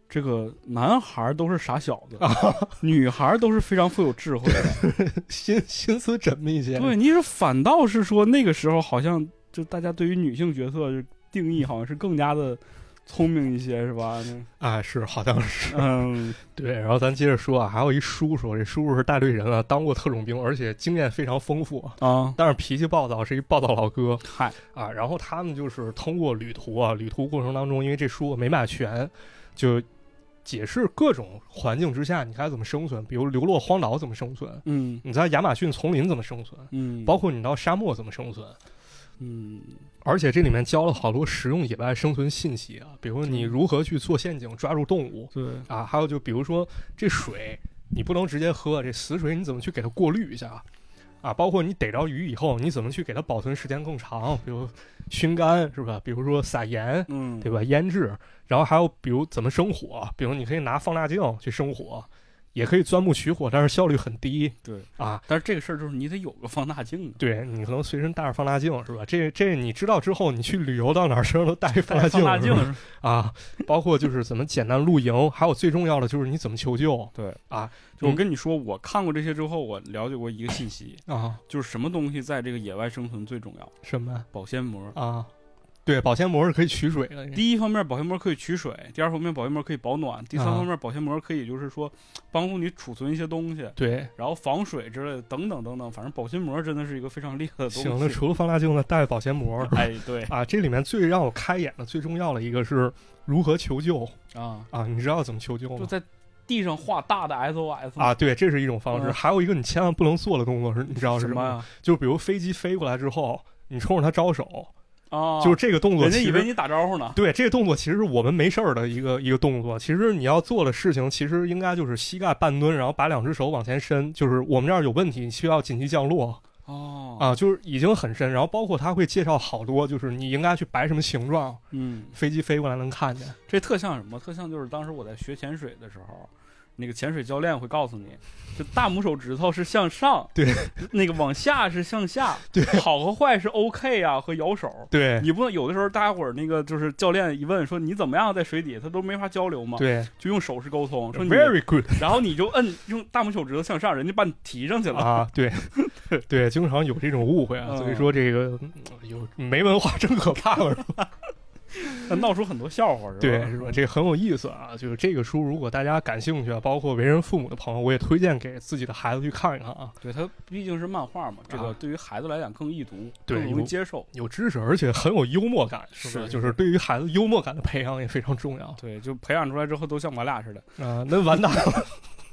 这个男孩都是傻小子，啊、女孩都是非常富有智慧的， 心心思缜密些。 对，你是反倒是说那个时候好像就大家对于女性角色就定义好像是更加的聪明一些，是吧？ 啊，是，好像是。 嗯， 对。然后咱接着说啊，还有一叔叔，这叔叔是大队人啊，当过特种兵，而且经验非常丰富啊， 但是脾气暴躁，是一暴躁老哥。 嗨啊，然后他们就是通过旅途啊，旅途过程当中，因为这书我没买全，就解释各种环境之下你该怎么生存，比如流落荒岛怎么生存， 嗯， 你在亚马逊丛林怎么生存， 嗯， 包括你到沙漠怎么生存。 嗯， 而且这里面教了好多实用野外生存信息啊，比如你如何去做陷阱抓住动物， 对啊，还有就比如说这水你不能直接喝，这死水你怎么去给它过滤一下啊？包括你逮着鱼以后你怎么去给它保存时间更长，比如熏干是吧？比如说撒盐， 嗯， 对吧？腌制，然后还有比如怎么生火，比如你可以拿放大镜去生火。也可以钻木取火，但是效率很低。 对啊， 但是这个事儿就是你得有个放大镜， 对你可能随身带着放大镜是吧？这这你知道之后，你去旅游到哪儿身上都带一放大镜， 放大镜啊，包括就是怎么简单露营，还有最重要的就是你怎么求救。 对啊， 就我跟你说，我看过这些之后，我了解过一个信息啊， 就是什么东西在这个野外生存最重要？ 什么？ 保鲜膜啊。对，保鲜膜是可以取水的。 第一方面，保鲜膜可以取水；第二方面，保鲜膜可以保暖；第三方面，保鲜膜可以就是说帮助你储存一些东西， 对， 然后防水之类的，等等等等。反正保鲜膜真的是一个非常厉害的东西。 行了，除了放大镜呢，带保鲜膜。 哎，对啊，这里面最让我开眼的、最重要的一个是如何求救啊啊！你知道怎么求救吗？ 就在地上画大的 S O S 啊，对，这是一种方式。嗯、还有一个你千万不能做的动作是，你知道是什么呀？ 就比如飞机飞过来之后，你冲着它招手。 啊， 就是这个动作， 人家以为你打招呼呢。 对，这个动作其实是我们没事儿的一个一个动作。其实你要做的事情，其实应该就是膝盖半蹲，然后把两只手往前伸。就是我们这儿有问题，需要紧急降落。 哦， 啊，就是已经很深。然后包括他会介绍好多，就是你应该去摆什么形状， 嗯， 飞机飞过来能看见。 这特像什么？特像就是当时我在学潜水的时候。那个潜水教练会告诉你，就大拇手指头是向上， 对， 那个往下是向下， 对， 好和坏是 OK 啊和摇手， 对， 你不能有的时候大家伙儿那个就是教练一问说你怎么样在水底，他都没法交流嘛， 对， 就用手势沟通，说你 very good， 然后你就摁用大拇手指头向上，人家把你提上去了啊，对，对，经常有这种误会啊， 嗯、 所以说这个有没文化真可怕了，是吧？ 闹出很多笑话，是吧？ 对，是吧？这个很有意思啊！就是这个书，如果大家感兴趣啊，包括为人父母的朋友，我也推荐给自己的孩子去看一看啊。 对，它毕竟是漫画嘛，这个对于孩子来讲更易读，更容易接受， 有知识，而且很有幽默感，是不是？ 是就是对于孩子幽默感的培养也非常重要。 对，就培养出来之后都像我俩似的啊、呃，那完蛋了。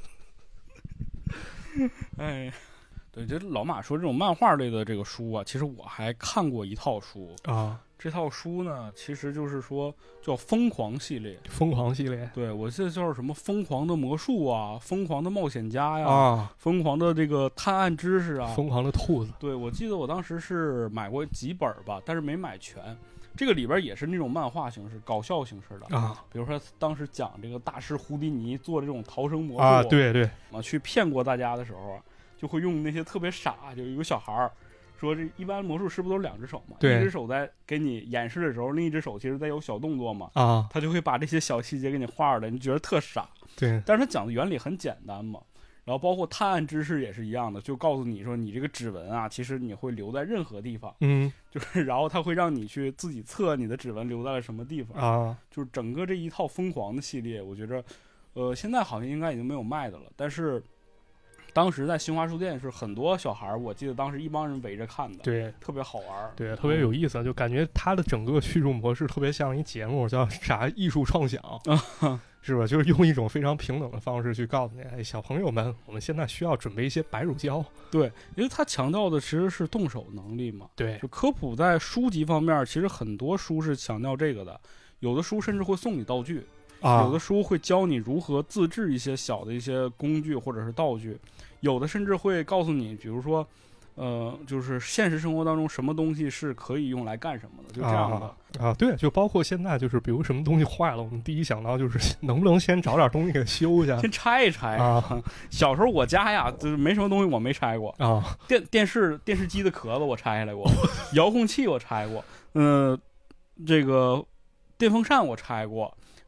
哎。对，这老马说这种漫画类的这个书啊，其实我还看过一套书啊。 这套书呢，其实就是说叫疯狂系列。 疯狂系列， 对，我记得叫什么疯狂的魔术啊，疯狂的冒险家呀， 啊， 疯狂的这个探案知识啊， 疯狂的兔子。 对，我记得我当时是买过几本吧，但是没买全。这个里边也是那种漫画形式、搞笑形式的啊， 比如说当时讲这个大师胡迪尼做这种逃生魔术啊，对对， 啊，去骗过大家的时候啊。就会用那些特别傻，就有一个小孩儿说，这一般魔术师不都是两只手嘛？ 对， 一只手在给你演示的时候，另一只手其实在有小动作嘛。 啊， 他就会把这些小细节给你画出来，你觉得特傻。 对， 但是他讲的原理很简单嘛。然后包括探案知识也是一样的，就告诉你说，你这个指纹啊，其实你会留在任何地方。 嗯， 就是然后他会让你去自己测你的指纹留在了什么地方啊。 就是整个这一套疯狂的系列，我觉着，呃，现在好像应该已经没有卖的了，但是。当时在新华书店是很多小孩，我记得当时一帮人围着看的， 对， 特别好玩， 对，特别有意思，就感觉它的整个叙述模式特别像一节目，叫啥艺术创想，是吧？就是用一种非常平等的方式去告诉你，哎，小朋友们，我们现在需要准备一些白乳胶， 对，因为他强调的其实是动手能力嘛， 对， 就科普在书籍方面，其实很多书是强调这个的，有的书甚至会送你道具。 啊， 有的书会教你如何自制一些小的一些工具或者是道具，有的甚至会告诉你，比如说，呃，就是现实生活当中什么东西是可以用来干什么的，就这样的啊, 啊，对，就包括现在就是比如什么东西坏了，我们第一想到就是能不能先找点东西给修一下， 先拆一拆啊。 小时候我家呀，就是没什么东西我没拆过啊， 电电视电视机的壳子我拆下来过，遥控器我拆过，嗯、呃，这个电风扇我拆过。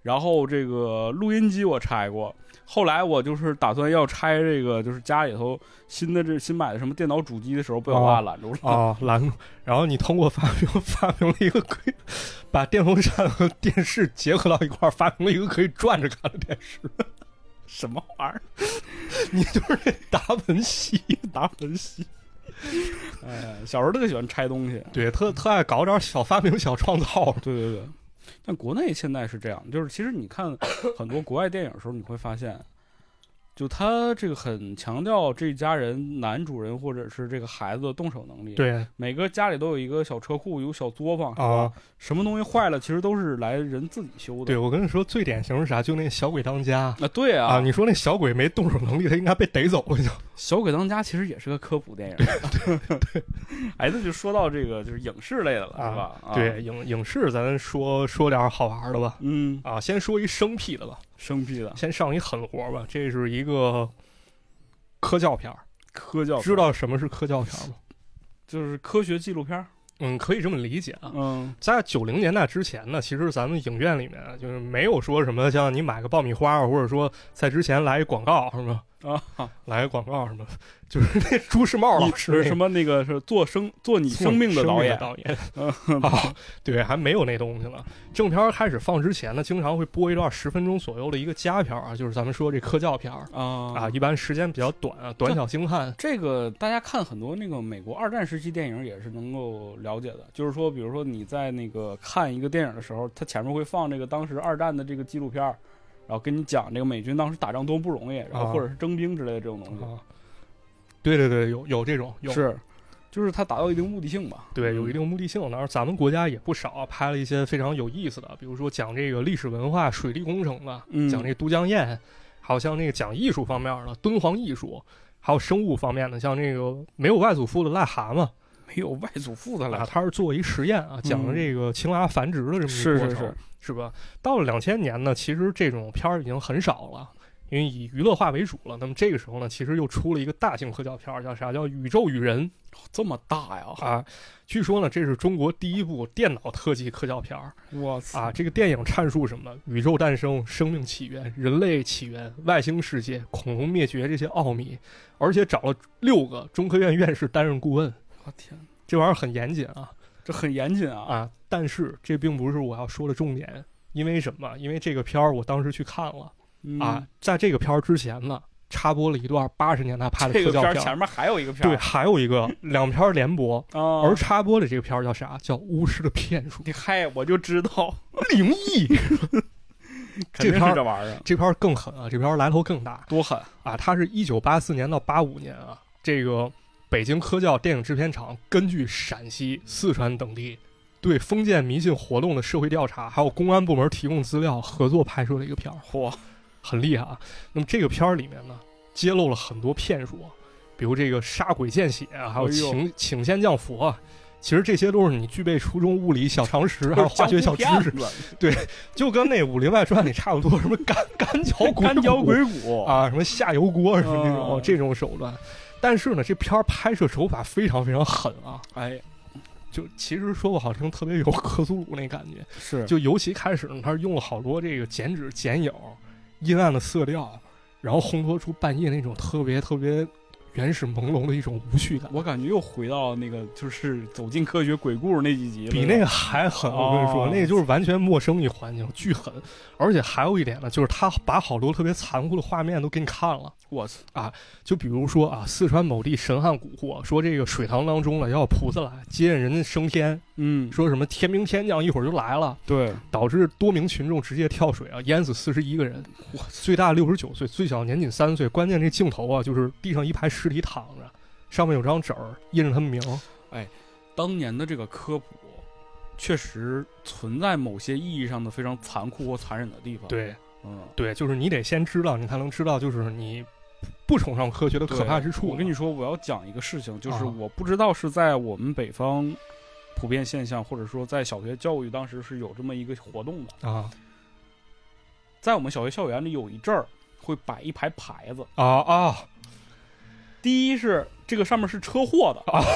然后这个录音机我拆过，后来我就是打算要拆这个，就是家里头新的这新买的什么电脑主机的时候，被我爸拦住了。 哦，拦住。然后你通过发明发明了一个可以把电风扇和电视结合到一块儿，发明了一个可以转着看的电视。 什么玩意儿？ 你就是那达文西， 达文西。哎，小时候特别喜欢拆东西， 对，特特爱搞点小发明、小创造。 对对对。但国内现在是这样，就是其实你看很多国外电影的时候，你会发现，就他这个很强调这家人男主人或者是这个孩子的动手能力。 对， 每个家里都有一个小车库，有小作坊，是吧？ 啊， 什么东西坏了，其实都是来人自己修的。 对，我跟你说，最典型是啥？就那小鬼当家啊，对啊， 啊，你说那小鬼没动手能力，他应该被逮走了就。 小鬼当家其实也是个科普电影。对对对，哎，那就说到这个就是影视类的了， 啊、 是吧？啊、 对，影影视咱说说点好玩的吧。 嗯啊，先说一生僻的吧， 生僻的， 先上一狠活吧。这是一个科教片儿， 科教片知道什么是科教片吗？ 就是科学纪录片。 嗯，可以这么理解啊。 嗯， 在九零年代之前呢，其实咱们影院里面就是没有说什么像你买个爆米花，或者说在之前来一广告是吗？ 啊， 来个广告什么，就是那朱时茂老师、那个、 什么那个是做生做你生命的导演导演啊，对，还没有那东西了。正片开始放之前呢，经常会播一段十分钟左右的一个佳片啊，就是咱们说这科教片啊啊，一般时间比较短啊，短小精悍。 这个大家看很多那个美国二战时期电影也是能够了解的，就是说，比如说你在那个看一个电影的时候，它前面会放这个当时二战的这个纪录片。然后跟你讲这个美军当时打仗多不容易，然后或者是征兵之类的这种东西。 啊、对对对，有有这种有是，就是它达到一定目的性吧。 对，有一定目的性。当然，咱们国家也不少拍了一些非常有意思的，比如说讲这个历史文化、水利工程的， 嗯、 讲这个都江堰，还有像那个讲艺术方面的敦煌艺术，还有生物方面的，像这个没有外祖父的癞蛤蟆。 没有外祖父的了，他是做一实验啊，讲了这个青蛙繁殖的这么一个过程， 是是是， 是吧？到了两千年呢，其实这种片儿已经很少了，因为以娱乐化为主了。那么这个时候呢，其实又出了一个大型科教片，叫啥？叫《宇宙与人》， 这么大呀！ 啊，据说呢，这是中国第一部电脑特技科教片。 哇塞！ 啊，这个电影阐述什么？宇宙诞生、生命起源、人类起源、外星世界、恐龙灭绝这些奥秘，而且找了六个中科院院士担任顾问。 我天！ 这玩意儿很严谨啊， 这很严谨啊啊！但是这并不是我要说的重点，因为什么？因为这个片儿我当时去看了、 嗯、 啊，在这个片儿之前呢，插播了一段八十年代拍的科教片， 这个片前面还有一个片， 对，还有一个两片连播、 哦、 而插播的这个片儿叫啥？叫《巫师的骗术》。 你嗨，我就知道灵异。 肯定是这玩意儿， 这片儿更狠啊！这片儿来头更大， 多狠啊！它是一九八四年到八五年啊，这个。北京科教电影制片厂根据陕西、四川等地对封建迷信活动的社会调查，还有公安部门提供资料，合作拍摄了一个片儿， 嚯， 很厉害啊！那么这个片儿里面呢，揭露了很多骗术，比如这个杀鬼见血啊，还有请、哎、请仙降佛啊，其实这些都是你具备初中物理小常识，还有化学小知识，对，就跟那《武林外传》里差不多，什么干干嚼鬼干嚼鬼骨啊，什么下油锅什么这种、 啊、 这种手段。但是呢，这片儿拍摄手法非常非常狠啊！ 哎， 就其实说不好听，特别有克苏鲁那感觉。 是， 就尤其开始呢，他是用了好多这个剪纸、剪影、阴暗的色调，然后烘托出半夜那种特别特别原始朦胧的一种无序感。 我感觉又回到那个就是走进科学鬼故事那几集了， 比那个还狠。我跟你说， 哦、 那个就是完全陌生一环境，巨狠。而且还有一点呢，就是他把好多特别残酷的画面都给你看了。 我操啊！就比如说啊，四川某地神汉蛊惑，说这个水塘当中呢要有菩萨来接引人家升天， 嗯， 说什么天兵天将一会儿就来了， 对， 导致多名群众直接跳水啊，淹死四十一个人，哇，最大六十九岁，最小年仅三岁。关键这镜头啊，就是地上一排尸体躺着，上面有张纸儿印着他们名。 哎，当年的这个科普确实存在某些意义上的非常残酷或残忍的地方。 对， 嗯， 对，就是你得先知道，你才能知道，就是你不崇尚科学的可怕之处。 我跟你说，我要讲一个事情，就是我不知道是在我们北方普遍现象，或者说在小学教育当时是有这么一个活动的啊。 在我们小学校园里有一阵儿会摆一排牌子啊啊。 第一是这个上面是车祸的啊，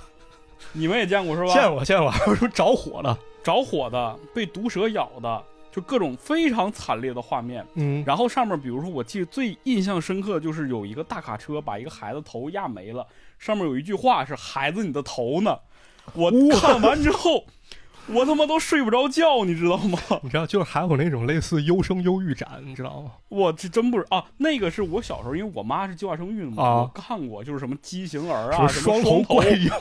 你们也见过是吧？ 见过见过，还有说着火的， 着火的，被毒蛇咬的， 就各种非常惨烈的画面。 嗯， 然后上面比如说我记得最印象深刻就是有一个大卡车把一个孩子头压没了，上面有一句话是孩子你的头呢。我看完之后我他妈都睡不着觉，你知道吗？ 你知道，就是还有那种类似优生优育展，你知道吗？ 我这真不是啊，那个是我小时候，因为我妈是计划生育的嘛， 啊、 我看过，就是什么畸形儿啊， 什么双头怪婴。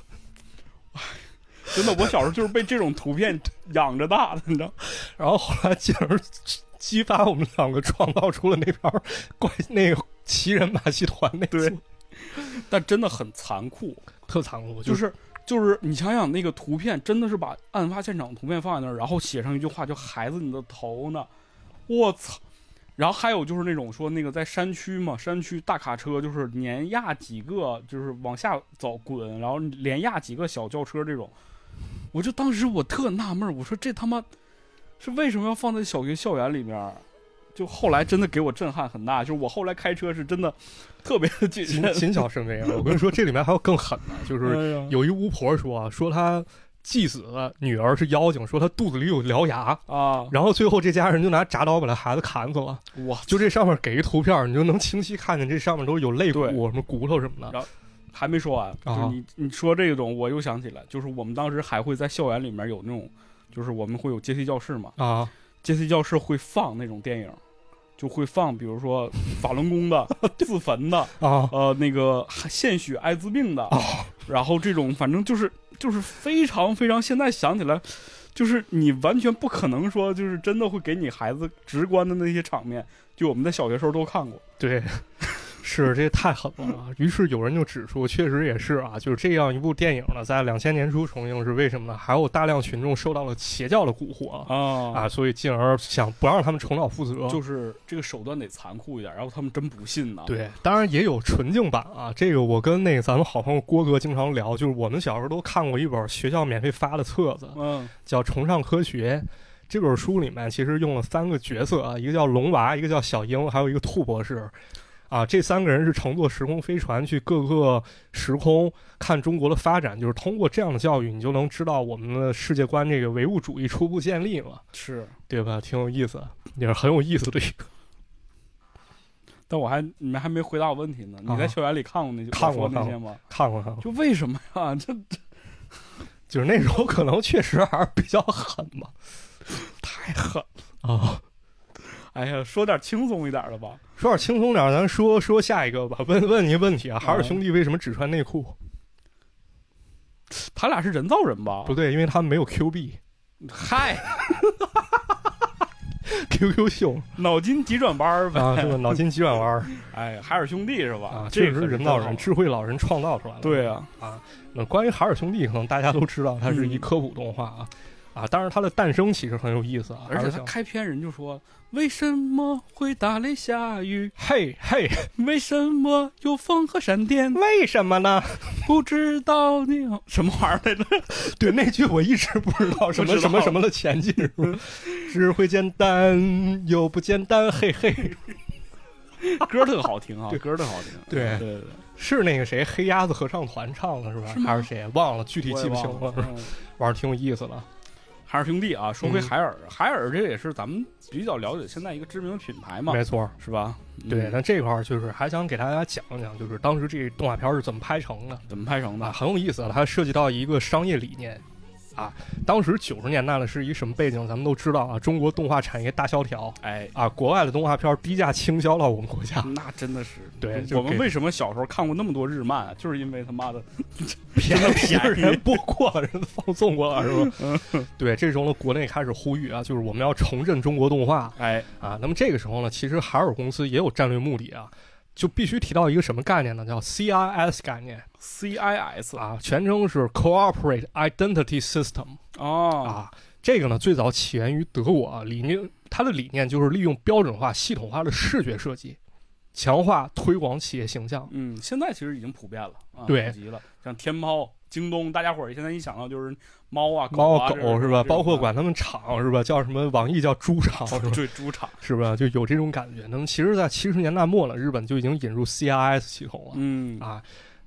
真的，我小时候就是被这种图片养着大的，你知道。 然后后来进而激发我们两个创造出了那边怪那个奇人马戏团那对，但真的很残酷， 特残酷， 就是。就是你想想那个图片，真的是把案发现场图片放在那儿，然后写上一句话，就孩子你的头呢，我操！然后还有就是那种说那个在山区嘛，山区大卡车就是连压几个，就是往下走滚，然后连压几个小轿车这种，我就当时我特纳闷，我说这他妈是为什么要放在小学校园里面？就后来真的给我震撼很大，就是我后来开车是真的特别的谨慎， 谨小慎微啊！我跟你说，这里面还有更狠的，就是有一巫婆说啊，说她继子的女儿是妖精，说她肚子里有獠牙啊， 然后最后这家人就拿铡刀把她孩子砍死了。 哇！ 就这上面给一图片，你就能清晰看见这上面都有肋骨、什么骨头什么的。 然后还没说完， 啊、 就是你你说这种，我又想起来，就是我们当时还会在校园里面有那种，就是我们会有阶梯教室嘛啊。 阶梯教室会放那种电影，就会放比如说法轮功的自焚的啊， 呃那个献血艾滋病的、啊、然后这种反正就是就是非常非常，现在想起来就是你完全不可能说就是真的会给你孩子直观的那些场面，就我们在小学时候都看过。 对，是，这太狠了。于是有人就指出，确实也是啊，就是这样一部电影呢，在两千年初重映是为什么呢？还有大量群众受到了邪教的蛊惑啊，啊，所以进而想不让他们重蹈覆辙， 就是这个手段得残酷一点，然后他们真不信呢。 对，当然也有纯净版啊。这个我跟那个咱们好朋友郭哥经常聊，就是我们小时候都看过一本学校免费发的册子， 嗯， 叫《崇尚科学》。这本书里面其实用了三个角色啊，一个叫龙娃，一个叫小鹰，还有一个兔博士。啊，这三个人是乘坐时空飞船去各个时空看中国的发展，就是通过这样的教育，你就能知道我们的世界观这个唯物主义初步建立嘛， 是对吧？挺有意思，也是很有意思的一个。 但我还你们还没回答我问题呢，你在校园里看过那、啊、 看过那些吗？ 看过看过。 就为什么呀？这这就是那时候可能确实还是比较狠嘛， 太狠了啊！ 哎呀，说点轻松一点的吧。 说点轻松点，咱说说下一个吧。问问你一个问题啊，海尔兄弟为什么只穿内裤？ 他俩是人造人吧？ 不对，因为他们没有 Q 币。 嗨 ，Q Q 秀， 脑筋急转弯呗啊，是吧？脑筋急转弯。 哎，海尔兄弟是吧？ 啊，这是人造人，智慧老人创造出来的。 对啊， 啊，那关于海尔兄弟，可能大家都知道，它是一科普动画啊。嗯啊，当然它的诞生其实很有意思啊， 而且它开篇人就说：“为什么会打雷下雨？ 嘿嘿， 为什么有风和闪电？ 为什么呢？ 不知道你什么玩意儿来着？ 对，那句我一直不知道什么什么什么的前进，只会简单又不简单，嘿嘿。” 歌特好听啊， 对， 歌特好听。 对对对， 是那个谁黑鸭子合唱团唱的是吧？ 是还是谁忘了？具体记不清了。 嗯、 玩儿挺有意思的。 海尔兄弟啊，说回海尔，嗯、海尔这也是咱们比较了解现在一个知名的品牌嘛， 没错， 是吧？ 对，那、嗯、这块儿就是还想给大家讲一讲，就是当时这动画片是怎么拍成的， 怎么拍成的， 啊、很有意思。它涉及到一个商业理念。啊，当时九十年代呢是一什么背景，咱们都知道啊，中国动画产业大萧条， 哎啊，国外的动画片低价倾销到我们国家， 那真的是对。 我们为什么小时候看过那么多日漫啊？就是因为他妈的便宜便宜，人播过了，人放送过了，是吧？对，这时候呢，国内开始呼吁啊，就是我们要重振中国动画， 哎啊，那么这个时候呢，其实海尔公司也有战略目的啊。就必须提到一个什么概念呢？叫 C I S 概念 ，C I S 啊，全称是 Corporate Identity System 哦啊，这个呢最早起源于德国啊，理念它的理念就是利用标准化、系统化的视觉设计，强化推广企业形象。 嗯，现在其实已经普遍了啊， 对， 普及了，像天猫、京东，大家伙儿现在一想到就是猫啊、 猫啊、 狗是吧？包括管他们厂是吧？叫什么？网易叫猪场是吧？ 对，猪场是吧？就有这种感觉。那么其实，在七十年代末了，日本就已经引入 C I S 系统了。 嗯啊，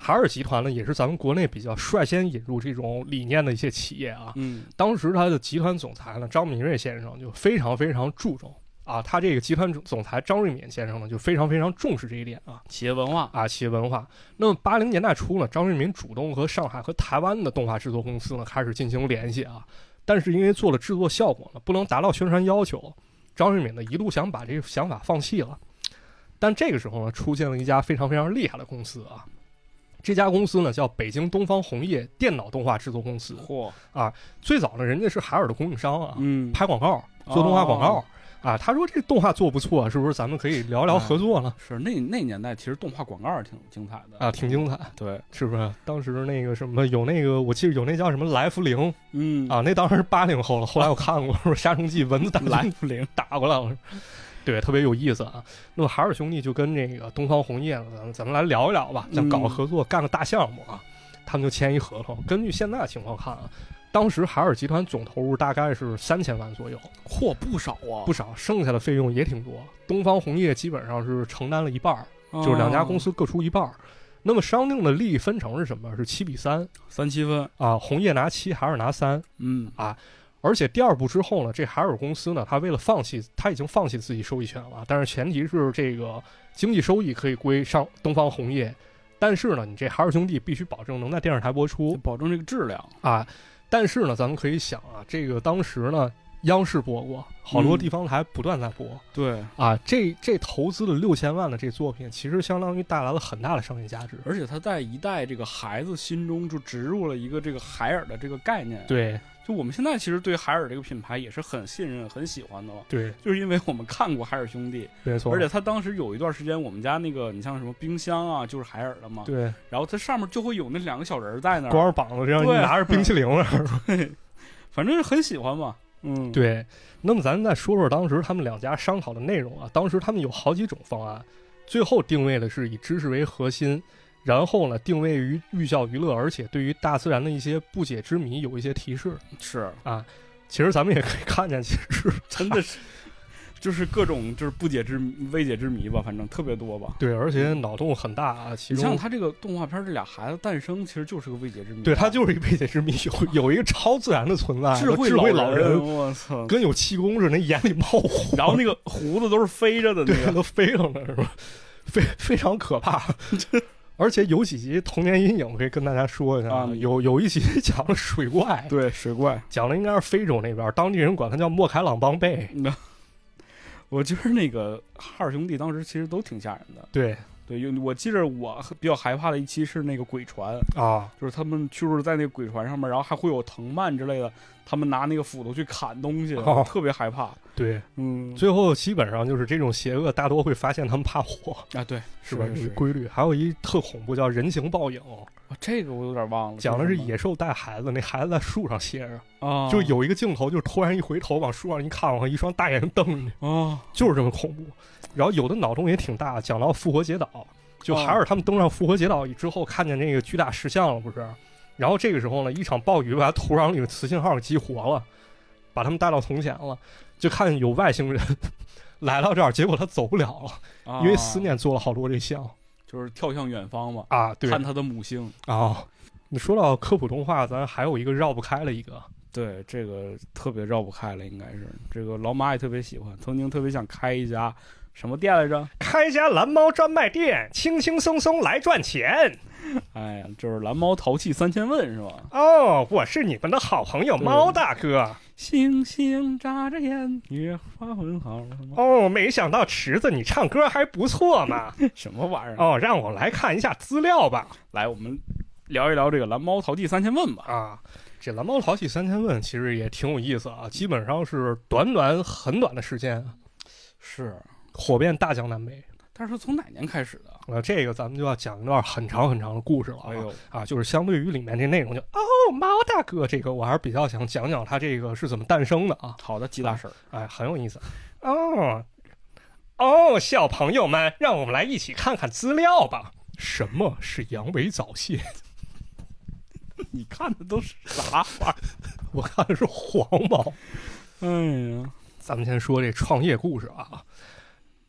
海尔集团呢，也是咱们国内比较率先引入这种理念的一些企业啊。 嗯， 当时他的集团总裁呢，张敏瑞先生就非常非常注重啊，他这个集团总裁张瑞敏先生呢，就非常非常重视这一点啊， 企业文化啊，企业文化。那么八零年代初呢，张瑞敏主动和上海和台湾的动画制作公司呢开始进行联系啊，但是因为做了制作效果呢，不能达到宣传要求，张瑞敏呢一度想把这个想法放弃了。但这个时候呢，出现了一家非常非常厉害的公司啊，这家公司呢叫北京东方红叶电脑动画制作公司。 嚯啊，最早呢，人家是海尔的供应商啊， 嗯， 拍广告做动画广告。 哦啊，他说这动画做不错，是不是咱们可以聊聊合作呢？ 哎、是那那年代其实动画广告挺精彩的啊，挺精彩， 对， 是不是？当时那个什么有那个，我记得有那叫什么来福灵， 嗯啊，那当时是八零后了，后来我看过，说杀虫剂蚊子打来福灵打过来了，对，特别有意思啊。那么海尔兄弟就跟这个东方红叶呢，咱们咱们来聊一聊吧，咱搞个合作，嗯、干个大项目啊。他们就签一合同，根据现在的情况看啊。当时海尔集团总投入大概是三千万左右， 嚯，不少啊， 不少，剩下的费用也挺多。东方红叶基本上是承担了一半，哦、就是两家公司各出一半。那么商定的利益分成是什么？是七比三， 三七分啊，红叶拿七，海尔拿三， 嗯啊，而且第二步之后呢，这海尔公司呢，他为了放弃，他已经放弃自己收益权了，但是前提是这个经济收益可以归上东方红叶，但是呢，你这海尔兄弟必须保证能在电视台播出， 保证这个质量啊。但是呢，咱们可以想啊，这个当时呢，央视播过，好多地方台不断在播， 嗯、对啊，这这投资了六千万的这作品，其实相当于带来了很大的商业价值， 而且他在一代这个孩子心中就植入了一个这个海尔的这个概念， 对。 就我们现在其实对海尔这个品牌也是很信任、很喜欢的了。 对， 就是因为我们看过海尔兄弟， 没错。 而且他当时有一段时间，我们家那个你像什么冰箱啊，就是海尔的嘛。 对。 然后它上面就会有那两个小人在那儿， 光着膀子这样，你拿着冰淇淋了。 对，反正很喜欢嘛。嗯， 对。那么咱再说说当时他们两家商讨的内容啊。当时他们有好几种方案，最后定位的是以知识为核心。然后呢，定位于寓教于乐，而且对于大自然的一些不解之谜有一些提示。 是啊，其实咱们也可以看见，其实真的是，就是各种就是不解之未解之谜吧，反正特别多吧。 对，而且脑洞很大啊。其中你像他这个动画片，这俩孩子诞生其实就是个未解之谜、啊。 对，他就是一未解之谜，有有一个超自然的存在， 智慧智慧老人， 我操， 跟有气功似的，那眼里冒火， 然后那个胡子都是飞着的、那个， 对，都飞上了，是吧？非非常可怕。而且有几集童年阴影可以跟大家说一下， 啊、 有有一集讲了水怪， 对，水怪讲的应该是非洲那边，当地人管它叫莫凯朗邦贝。 嗯、我觉得那个海尔兄弟当时其实都挺吓人的。 对对，我记得我比较害怕的一期是那个鬼船啊， 就是他们就是在那个鬼船上面，然后还会有藤蔓之类的，他们拿那个斧头去砍东西， 哦、 特别害怕。 对， 嗯， 最后基本上就是这种邪恶大多会发现他们怕火啊，对， 是吧？ 是是规律。还有一特恐怖叫人形报应， 啊、这个我有点忘了， 讲的是野兽带孩子，那孩子在树上歇着啊， 就有一个镜头，就是突然一回头往树上一看，往一双大眼睛瞪你啊， 就是这么恐怖。然后有的脑洞也挺大，讲到复活节岛，就海尔他们登上复活节岛之后，看见那个巨大石像了，不是？然后这个时候呢，一场暴雨把土壤里的磁信号给激活了，把他们带到从前了。就看有外星人来到这儿，结果他走不了了，啊、因为思念做了好多这像， 就是跳向远方嘛。 啊，对， 看他的母星啊。你说到科普动画，咱还有一个绕不开了一个， 对，这个特别绕不开了，应该是这个老马也特别喜欢，曾经特别想开一家什么店来着？ 开家蓝猫专卖店，轻轻松松来赚钱。 哎呀，就是蓝猫淘气三千问是吧？ 哦，我是你们的好朋友猫大哥。 星星眨着眼，月花很好。 哦，没想到池子你唱歌还不错嘛。 什么玩意儿？ 哦，让我来看一下资料吧。 来，我们聊一聊这个蓝猫淘气三千问吧。 啊，这蓝猫淘气三千问其实也挺有意思啊，基本上是短短很短的时间， 是火遍大江南北。 但是从哪年开始的？ 呃，这个咱们就要讲一段很长很长的故事了啊！ 哎呦啊，就是相对于里面这内容就，哦，猫大哥，这个我还是比较想讲讲它这个是怎么诞生的啊。 好的，鸡大婶， 哎，很有意思。哦哦，小朋友们，让我们来一起看看资料吧。什么是阳痿早泄？ 你看的都是啥玩意儿？ 我看的是黄毛。 哎呀， 咱们先说这创业故事啊。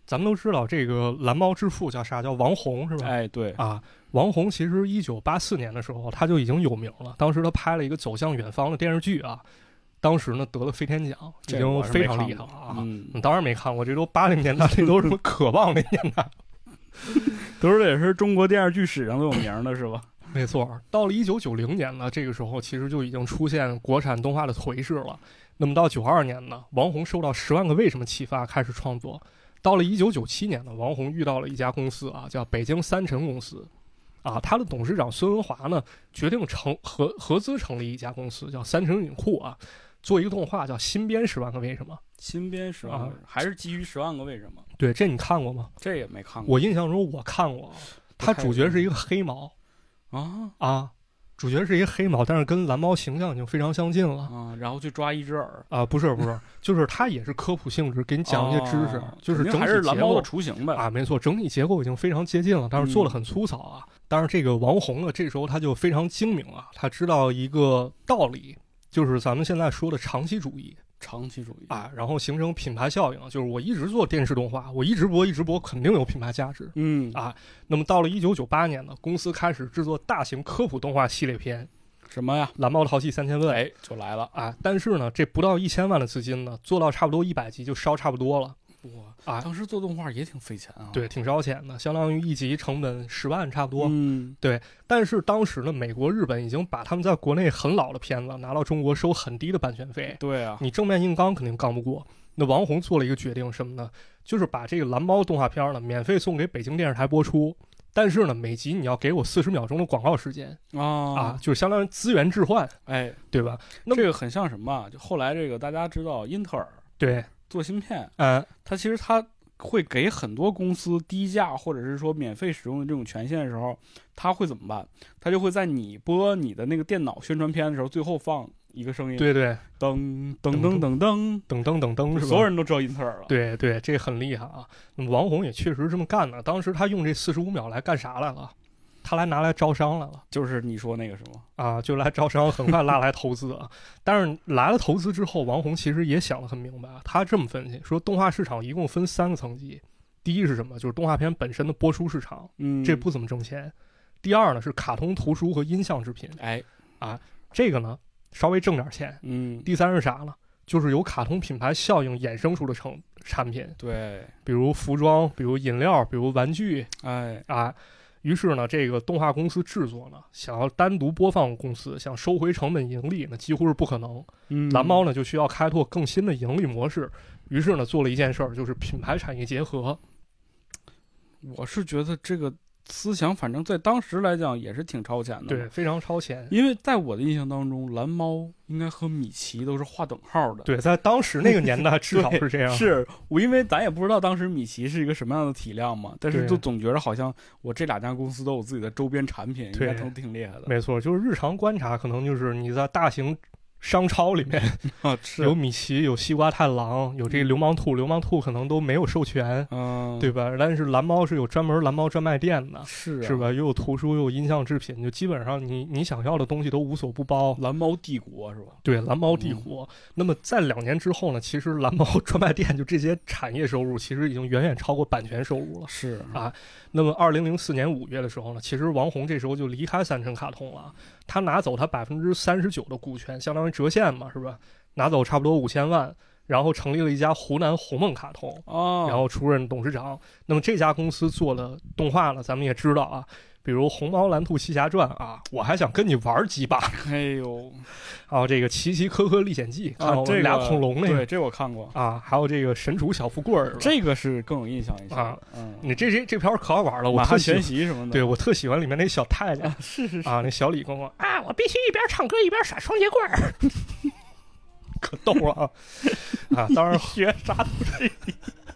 咱们都知道这个蓝猫之父叫啥？叫王洪是吧？ 哎，对啊，王洪其实一九八四年的时候他就已经有名了，当时他拍了一个《走向远方》的电视剧啊，当时呢得了飞天奖，已经非常厉害了啊。 嗯， 你当然没看过，这都八零年代，这都是什么渴望的年代， 都是也是中国电视剧史上都有名的是吧？ 没错，到了一九九零年呢，这个时候其实就已经出现国产动画的颓势了。那么到九二年呢，王洪受到《十万个为什么》启发，开始创作。到了一九九七年呢，王洪遇到了一家公司啊，叫北京三辰公司，啊，他的董事长孙文华呢，决定成合合资成立一家公司，叫三辰影库啊，做一个动画叫《新编十万个为什么》。 新编十万个为什么、啊、还是基于十万个为什么？ 对，这你看过吗？ 这也没看过。 我印象中我看过，他主角是一个黑猫。 啊啊，主角是一个黑猫，但是跟蓝猫形象已经非常相近了啊。然后去抓一只耳啊，不是不是，就是他也是科普性质，给你讲一些知识， 啊、 就是整体还是蓝猫的雏形呗啊，没错，整体结构已经非常接近了，但是做的很粗糙啊。嗯、但是这个王洪呢，这时候他就非常精明了，他知道一个道理，就是咱们现在说的长期主义。 长期主义啊，然后形成品牌效应，就是我一直做电视动画，我一直播一直播，肯定有品牌价值。 嗯啊，那么到了一九九八年呢，公司开始制作大型科普动画系列片， 什么呀？ 蓝猫淘气三千问， 哎，就来了啊！但是呢，这不到一千万的资金呢，做到差不多一百集就烧差不多了。 哇啊！当时做动画也挺费钱啊， 对，挺烧钱的，相当于一集成本十万差不多。 嗯， 对。但是当时呢，美国、日本已经把他们在国内很老的片子拿到中国收很低的版权费。 对啊， 你正面硬刚肯定刚不过。那王洪做了一个决定，什么呢？就是把这个蓝猫动画片呢免费送给北京电视台播出，但是呢，每集你要给我四十秒钟的广告时间啊啊，就是相当于资源置换， 哎， 对吧？那这个很像什么啊？就后来这个大家知道英特尔对做芯片， 嗯， 它其实它会给很多公司低价或者是说免费使用的这种权限的时候，他会怎么办？他就会在你播你的那个电脑宣传片的时候，最后放一个声音， 对对， 噔噔噔噔噔噔噔噔噔，是吧？ 所有人都知道英特尔了。 对对，这很厉害啊。那么王洪也确实这么干了。当时他用这四十五秒来干啥来了？他来拿来招商来了， 就是你说那个什么啊，就来招商，很快拉来投资啊。但是来了投资之后，王洪其实也想得很明白，他这么分析说，动画市场一共分三个层级，第一是什么？就是动画片本身的播出市场， 嗯， 这不怎么挣钱。第二呢是卡通图书和音像制品， 哎啊，这个呢稍微挣点钱。 嗯， 第三是啥呢？就是由卡通品牌效应衍生出的成产品， 对， 比如服装，比如饮料，比如玩具， 哎啊。于是呢，这个动画公司制作呢，想要单独播放公司，想收回成本盈利，那几乎是不可能。 嗯， 蓝猫呢就需要开拓更新的盈利模式，于是呢做了一件事儿，就是品牌产业结合。 我是觉得这个思想，反正在当时来讲也是挺超前的， 对，非常超前。 因为在我的印象当中，蓝猫应该和米奇都是划等号的。 对，在当时那个年代至少是这样。 是我因为咱也不知道当时米奇是一个什么样的体量嘛，但是就总觉得好像我这两家公司都有自己的周边产品，应该都挺厉害的。 没错，就是日常观察，可能就是你在大型商超里面啊， 有米奇，有西瓜太郎，有这个流氓兔，流氓兔可能都没有授权， 嗯， 对吧？但是蓝猫是有专门蓝猫专卖店的， 是、啊、 是吧？又有图书，又有音像制品，就基本上你你想要的东西都无所不包。 蓝猫帝国是吧？ 对，蓝猫帝国。嗯、那么在两年之后呢，其实蓝猫专卖店就这些产业收入，其实已经远远超过版权收入了。 是啊。那么二零零四年五月的时候呢，其实王洪这时候就离开三辰卡通了，他拿走他百分之三十九的股权，相当于折现嘛，是吧？拿走差不多五千万，然后成立了一家湖南鸿梦卡通， 哦， 然后出任董事长。那么这家公司做的动画呢，咱们也知道啊，比如《红毛蓝兔七侠传》啊，我还想跟你玩几把， 哎呦， 还有这个《奇奇科科历险记》，看过、 啊这个、 俩恐龙那个， 对，这我看过啊，还有这个神厨小富贵儿， 这个是更有印象一些啊。 嗯， 你这这这片可好玩了，我特喜欢全席什么的， 对我特喜欢里面那小太监， 啊、是是是啊，那小李公公啊，我必须一边唱歌一边耍双截棍儿。可逗了啊！啊，当然学啥都是你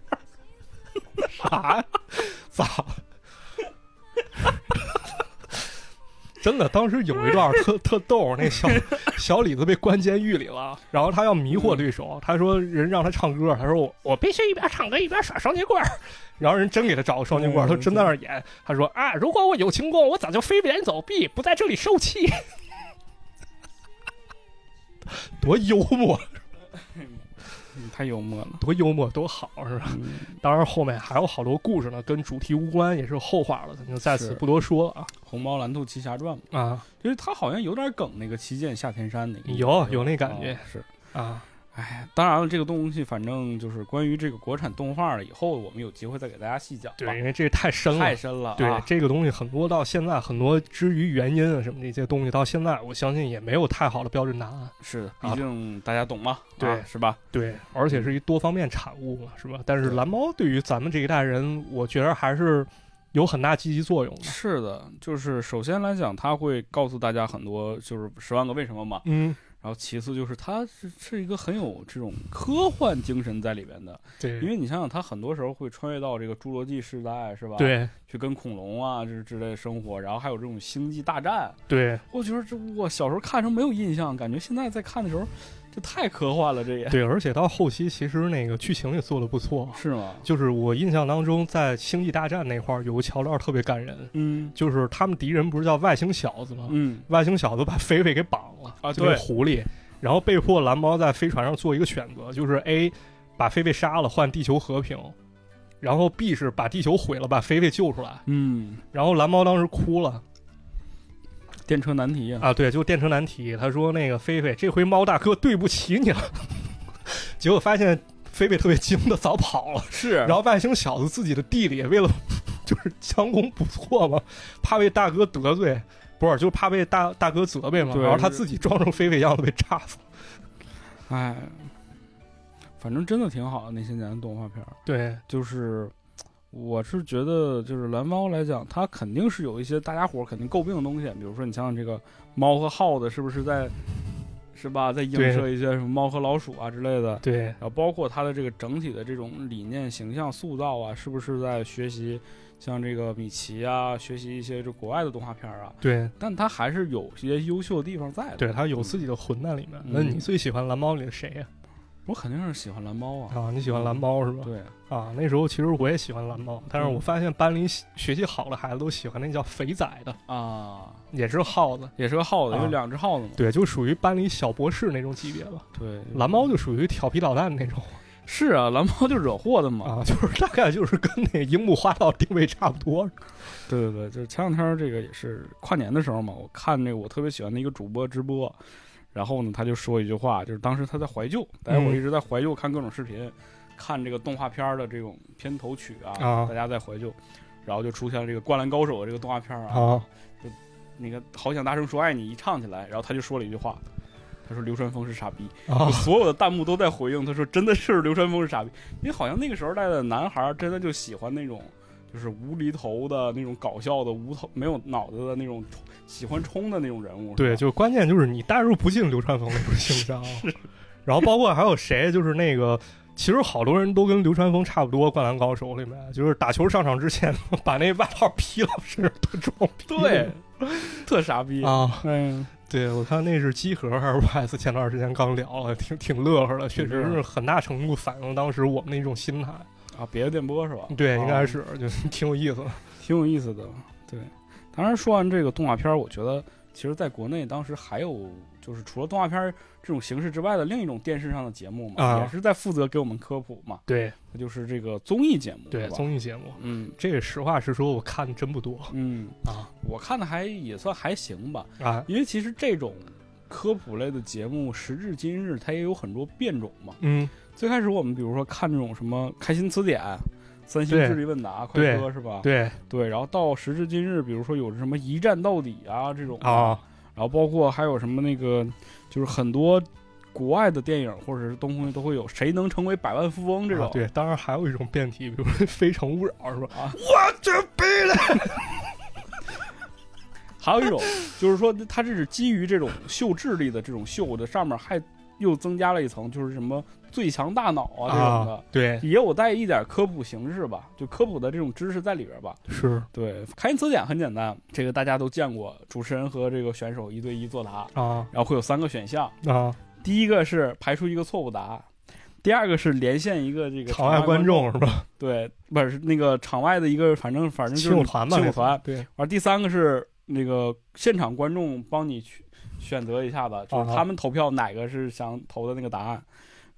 啥呀？咋？真的，当时有一段特特逗，那小小李子被关监狱里了，然后他要迷惑对手，他说人让他唱歌，他说我我必须一边唱歌一边耍双截棍儿，然后人真给他找个双截棍儿，他真在那儿演，他说啊，如果我有轻功，我早就飞檐走壁，不在这里受气。多幽默！ 嗯、太幽默了， 多幽默多好是吧？嗯、当然后面还有好多故事呢，跟主题无关，也是后话了，咱就在此不多说了啊。 红毛蓝兔七侠传啊， 就是他好像有点梗，那个旗舰下天山那个有有那感觉、 哦、是啊。 哎，当然了，这个东西反正就是关于这个国产动画了，以后我们有机会再给大家细讲。 对，因为这个太深了， 太深了。 对、 啊， 这个东西很多到现在很多至于原因啊什么这些东西，到现在我相信也没有太好的标准答案。 是的，毕竟大家懂嘛， 对、 啊，是吧？ 对，而且是一多方面产物嘛，是吧？但是蓝猫对于咱们这一代人，我觉得还是有很大积极作用的。 是的，就是首先来讲，他会告诉大家很多，就是十万个为什么嘛。 嗯。 然后其次就是它是是一个很有这种科幻精神在里边的， 对， 因为你想想，它很多时候会穿越到这个侏罗纪时代，是吧？ 对， 去跟恐龙啊这之类的生活，然后还有这种星际大战。 对， 我觉得这我小时候看的时候没有印象，感觉现在在看的时候，这太科幻了，这也对，而且到后期其实那个剧情也做得不错， 是吗？ 就是我印象当中，在星际大战那块儿有个桥段特别感人， 嗯， 就是他们敌人不是叫外星小子吗？ 嗯， 外星小子把菲菲给绑了啊， 对，狐狸。然后被迫蓝猫在飞船上做一个选择，就是 A 把菲菲杀了换地球和平，然后 B 是把地球毁了把菲菲救出来。 嗯， 然后蓝猫当时哭了， 电车难题啊！ 啊，对，就电车难题。他说那个菲菲，这回猫大哥对不起你了。结果发现菲菲特别精的早跑了， 是。 然后外星小子自己的弟弟为了就是将功补错嘛，怕被大哥得罪。不是，就怕被大大哥责备嘛，然后他自己装成菲菲样子被炸死了。 哎，反正真的挺好的那些年的动画片。 对， 就是我是觉得，就是蓝猫来讲，它肯定是有一些大家伙肯定诟病的东西，比如说你想想这个猫和耗子是不是在，是吧，在映射一些什么猫和老鼠啊之类的。 对， 然后包括它的这个整体的这种理念、形象塑造啊，是不是在学习？像这个米奇啊，学习一些这国外的动画片啊， 对， 但他还是有些优秀的地方在的， 对他有自己的魂在里面。 嗯、 那你最喜欢蓝猫里的谁呀、 啊？我肯定是喜欢蓝猫啊！ 啊，你喜欢蓝猫是吧？ 对啊，那时候其实我也喜欢蓝猫，但是我发现班里学习好的孩子都喜欢那叫肥仔的啊， 也是耗子， 也是个耗子， 啊、 有两只耗子嘛。 对，就属于班里小博士那种级别吧。 对， 蓝猫就属于调皮捣蛋那种。 是啊，蓝猫就惹祸的嘛， 啊，就是大概就是跟那樱木花道定位差不多。 对对对，就是前两天这个也是跨年的时候嘛，我看那个我特别喜欢的一个主播直播，然后呢他就说一句话，就是当时他在怀旧，大家伙一直在怀旧看各种视频，嗯、看这个动画片的这种片头曲啊， 啊大家在怀旧，然后就出现了这个《灌篮高手》的这个动画片啊， 啊就那个好想大声说爱你一唱起来，然后他就说了一句话。他说流川枫是傻逼、 啊、 所有的弹幕都在回应他说真的是流川枫是傻逼，因为好像那个时候代的男孩真的就喜欢那种就是无厘头的那种搞笑的无头没有脑子的那种喜欢冲的那种人物。 对，就关键就是你带入不进流川枫那种形象然后包括还有谁就是那个其实好多人都跟流川枫差不多，灌篮高手里面就是打球上场之前把那外套披了身上特装逼， 对特傻逼啊。 嗯， 对，我看那是机核还是 Y S 前段时间刚聊了，挺挺乐呵的，确实是很大程度反映当时我们那种心态啊。别的电波是吧？ 对，应该是、哦、就挺有意思的， 挺有意思的。对，当然说完这个动画片，我觉得其实在国内当时还有就是除了动画片这种形式之外的另一种电视上的节目嘛，啊、也是在负责给我们科普嘛。 对， 那就是这个综艺节目。 对，综艺节目， 嗯， 这个实话实说，我看的真不多。 嗯啊， 我看的还也算还行吧。 啊， 因为其实这种科普类的节目，时至今日它也有很多变种嘛。 嗯， 最开始我们比如说看这种什么开心词典、三星智力问答、快车是吧？ 对对，然后到时至今日，比如说有什么一站到底啊这种啊。 然后包括还有什么那个，就是很多国外的电影或者是东西都会有谁能成为百万富翁这种、 啊。对，当然还有一种变体，比如说《非诚勿扰》是吧？啊，我这逼了。 还有一种就是说，它这是基于这种秀智力的这种秀的，上面还又增加了一层，就是什么最强大脑啊这种的， 啊、对， 也有带一点科普形式吧，就科普的这种知识在里边吧。 是， 对，开心词典很简单，这个大家都见过，主持人和这个选手一对一作答啊， 然后会有三个选项啊， 第一个是排除一个错误答案，第二个是连线一个这个场外观众是吧？ 对，不是那个场外的一个，反正反正就是亲友团吧， 亲友团。 对， 而第三个是那个现场观众帮你去选择一下子，就是他们投票哪个是想投的那个答案。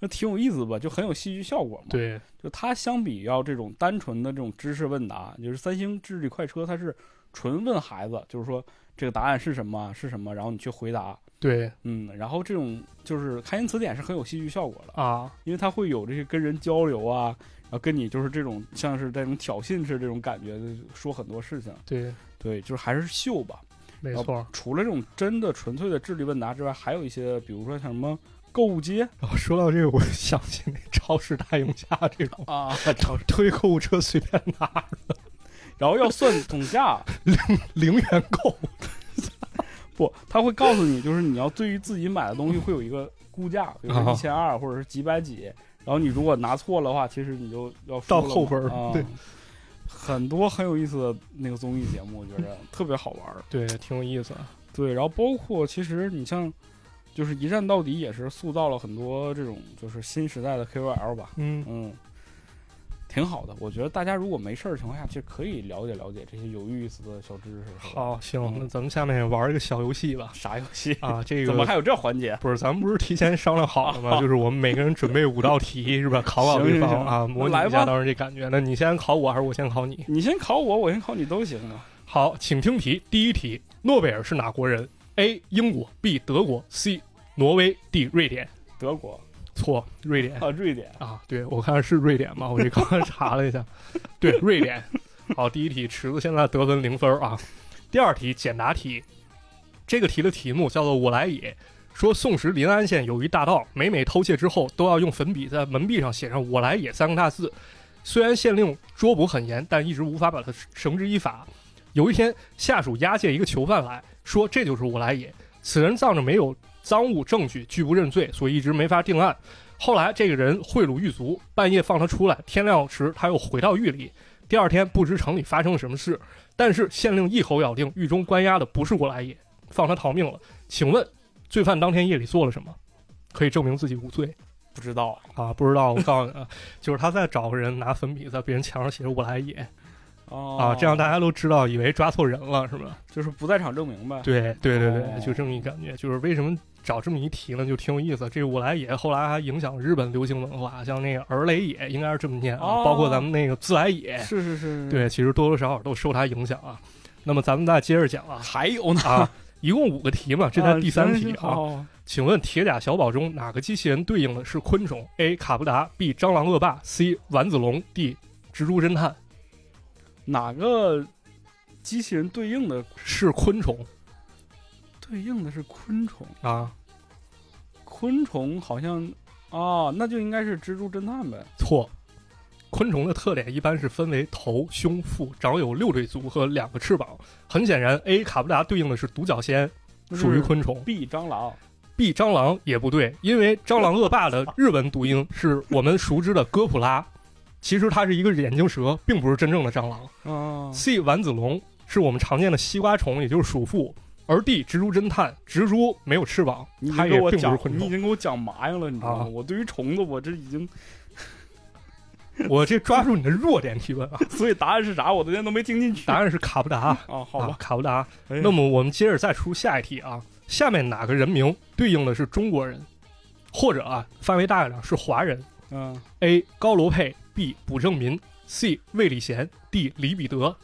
那挺有意思吧，就很有戏剧效果嘛。 对， 就它相比要这种单纯的这种知识问答，就是三星智力快车，它是纯问孩子，就是说这个答案是什么是什么，然后你去回答。 对， 嗯，然后这种就是开心词典是很有戏剧效果的啊， 因为它会有这些跟人交流啊，然后跟你就是这种像是这种挑衅式这种感觉，说很多事情。 对对，就是还是秀吧。 没错。 除了这种真的纯粹的智力问答之外，还有一些，比如说像什么购物街。 哦、说到这个，我想起那超市大赢家这种啊， 超市推购物车随便拿的， 然后要算总价， 零零元购。 不，他会告诉你，就是你要对于自己买的东西会有一个估价，比如说一千二或者是几百几，然后你如果拿错了的话，其实你就要到后边儿、 啊。对，很多很有意思的那个综艺节目，我觉得特别好玩。 对，挺有意思。 对，然后包括其实你像，就是一站到底也是塑造了很多这种就是新时代的 K O L 吧。 嗯嗯。挺好的，我觉得大家如果没事的情况下，其实可以了解了解这些有意思的小知识。 好，行，嗯、那咱们下面玩一个小游戏吧。 啥游戏啊？这个怎么还有这环节？ 不是，咱们不是提前商量好了吗？就是我们每个人准备五道题，是吧？考考对方啊，模拟一下当时这感觉。那你先考我，还是我先考你？ 你先考我，我先考你都行啊。 好，请听题。第一题：诺贝尔是哪国人 ？A. 英国 B. 德国 C. 挪威 D. 瑞典。 德国。 错，瑞典啊，瑞典啊，对，我看是瑞典嘛，我这刚刚查了一下，对，瑞典。好，第一题，池子现在得分零分啊。第二题，简答题，这个题的题目叫做“我来也”，说宋时临安县有一大盗，每每偷窃之后，都要用粉笔在门壁上写上“我来也”三个大字。虽然县令捉捕很严，但一直无法把他绳之以法。有一天，下属押解一个囚犯来说：“这就是我来也。”此人仗着没有赃物证据拒不认罪，所以一直没法定案。后来这个人贿赂狱卒，半夜放他出来，天亮时他又回到狱里。第二天不知城里发生了什么事，但是县令一口咬定狱中关押的不是我来也，放他逃命了。请问罪犯当天夜里做了什么，可以证明自己无罪？ 不知道啊，不知道。我告诉你啊，就是他在找个人拿粉笔在别人墙上写着我来也。 哦、 啊，这样大家都知道，以为抓错人了，是吧？ 就是不在场证明呗。 对对对对， 哦、 就这么一感觉。就是为什么找这么一题呢？就挺有意思。这个我来也后来还影响日本流行文化，像那个儿雷也应该是这么念啊， 哦、 包括咱们那个自来也， 是是是， 对，其实多多少少都受它影响啊。那么咱们再接着讲啊， 还有呢啊，一共五个题嘛，这才第三题啊。 啊请问铁甲小宝中哪个机器人对应的是昆虫 ？A. 卡布达 B. 蟑螂恶霸 C. 丸子龙 D. 蜘蛛侦探。 哪个机器人对应的是昆虫？ 对应的是昆虫啊？ 昆虫好像啊，那就应该是蜘蛛侦探呗。 错，昆虫的特点一般是分为头、胸、腹，长有六对足和两个翅膀。很显然 ，A 卡布达对应的是独角仙，属于昆虫。 B 蟑螂 ，B 蟑螂也不对，因为蟑螂恶霸的日文读音是我们熟知的哥普拉。其实它是一个眼镜蛇，并不是真正的蟑螂。 哦、 C 丸子龙是我们常见的西瓜虫，也就是鼠妇。而 D 蜘蛛侦探，蜘蛛没有翅膀，它也并不是昆虫。 你已经给我讲麻样了，你知道吗？ 啊、 我对于虫子，我这已经， 我这抓住你的弱点提问啊！ 所以答案是啥？我昨天都没听进去。 答案是卡布达啊， 好吧， 啊、卡布达。 哎、 那么我们接着再出下一题啊，下面哪个人名对应的是中国人，或者啊范围大一点是华人？ 嗯 ，A 高罗佩 B 卜正民 C 魏礼贤 D 李彼得。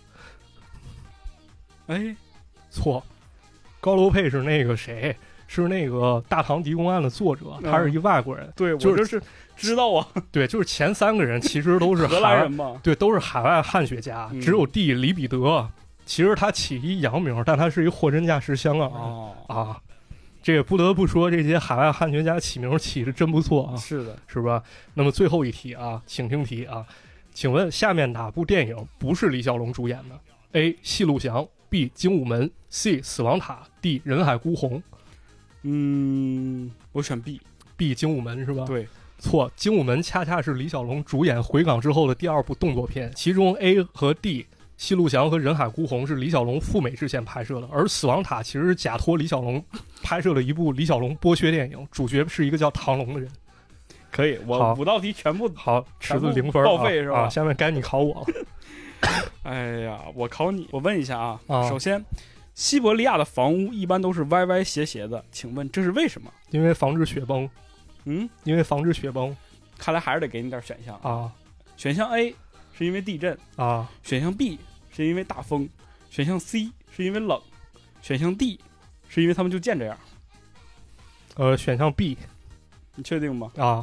哎， 错，高罗佩是那个谁？是那个《大唐狄公案》的作者，他是一外国人。 嗯、对， 就是、 我就是知道啊。 对，就是前三个人其实都是荷兰人嘛。 对，都是海外汉学家， 嗯、 只有 D 李彼得，其实他起一洋名，但他是一货真价实香港人、 哦、 啊。这也不得不说，这些海外汉学家起名起的真不错啊。 是的， 是吧？那么最后一题啊，请听题啊，请问下面哪部电影不是李小龙主演的 ？A. 戏路祥 B. 精武门 C. 死亡塔 D. 人海孤鸿。 嗯，我选 B。 B. 精武门是吧？ 对， 错，精武门恰恰是李小龙主演回港之后的第二部动作片，其中 A 和 D。戏路祥和人海孤鸿是李小龙赴美之前拍摄的，而死亡塔其实是假托李小龙拍摄了一部李小龙剥削电影，主角是一个叫唐龙的人。 可以，我五道题全部好，池子零分报废是吧？ 啊，下面该你考我了。 哎呀，我考你，我问一下啊， 啊首先，西伯利亚的房屋一般都是歪歪斜斜的，请问这是为什么？ 因为防止雪崩。 嗯， 因为防止雪崩看来还是得给你点选项啊。 选项 A 是因为地震啊， 选项 B 是因为大风，选项 C 是因为冷，选项 D 是因为他们就见这样。 呃，选项 B， 你确定吗？ 啊，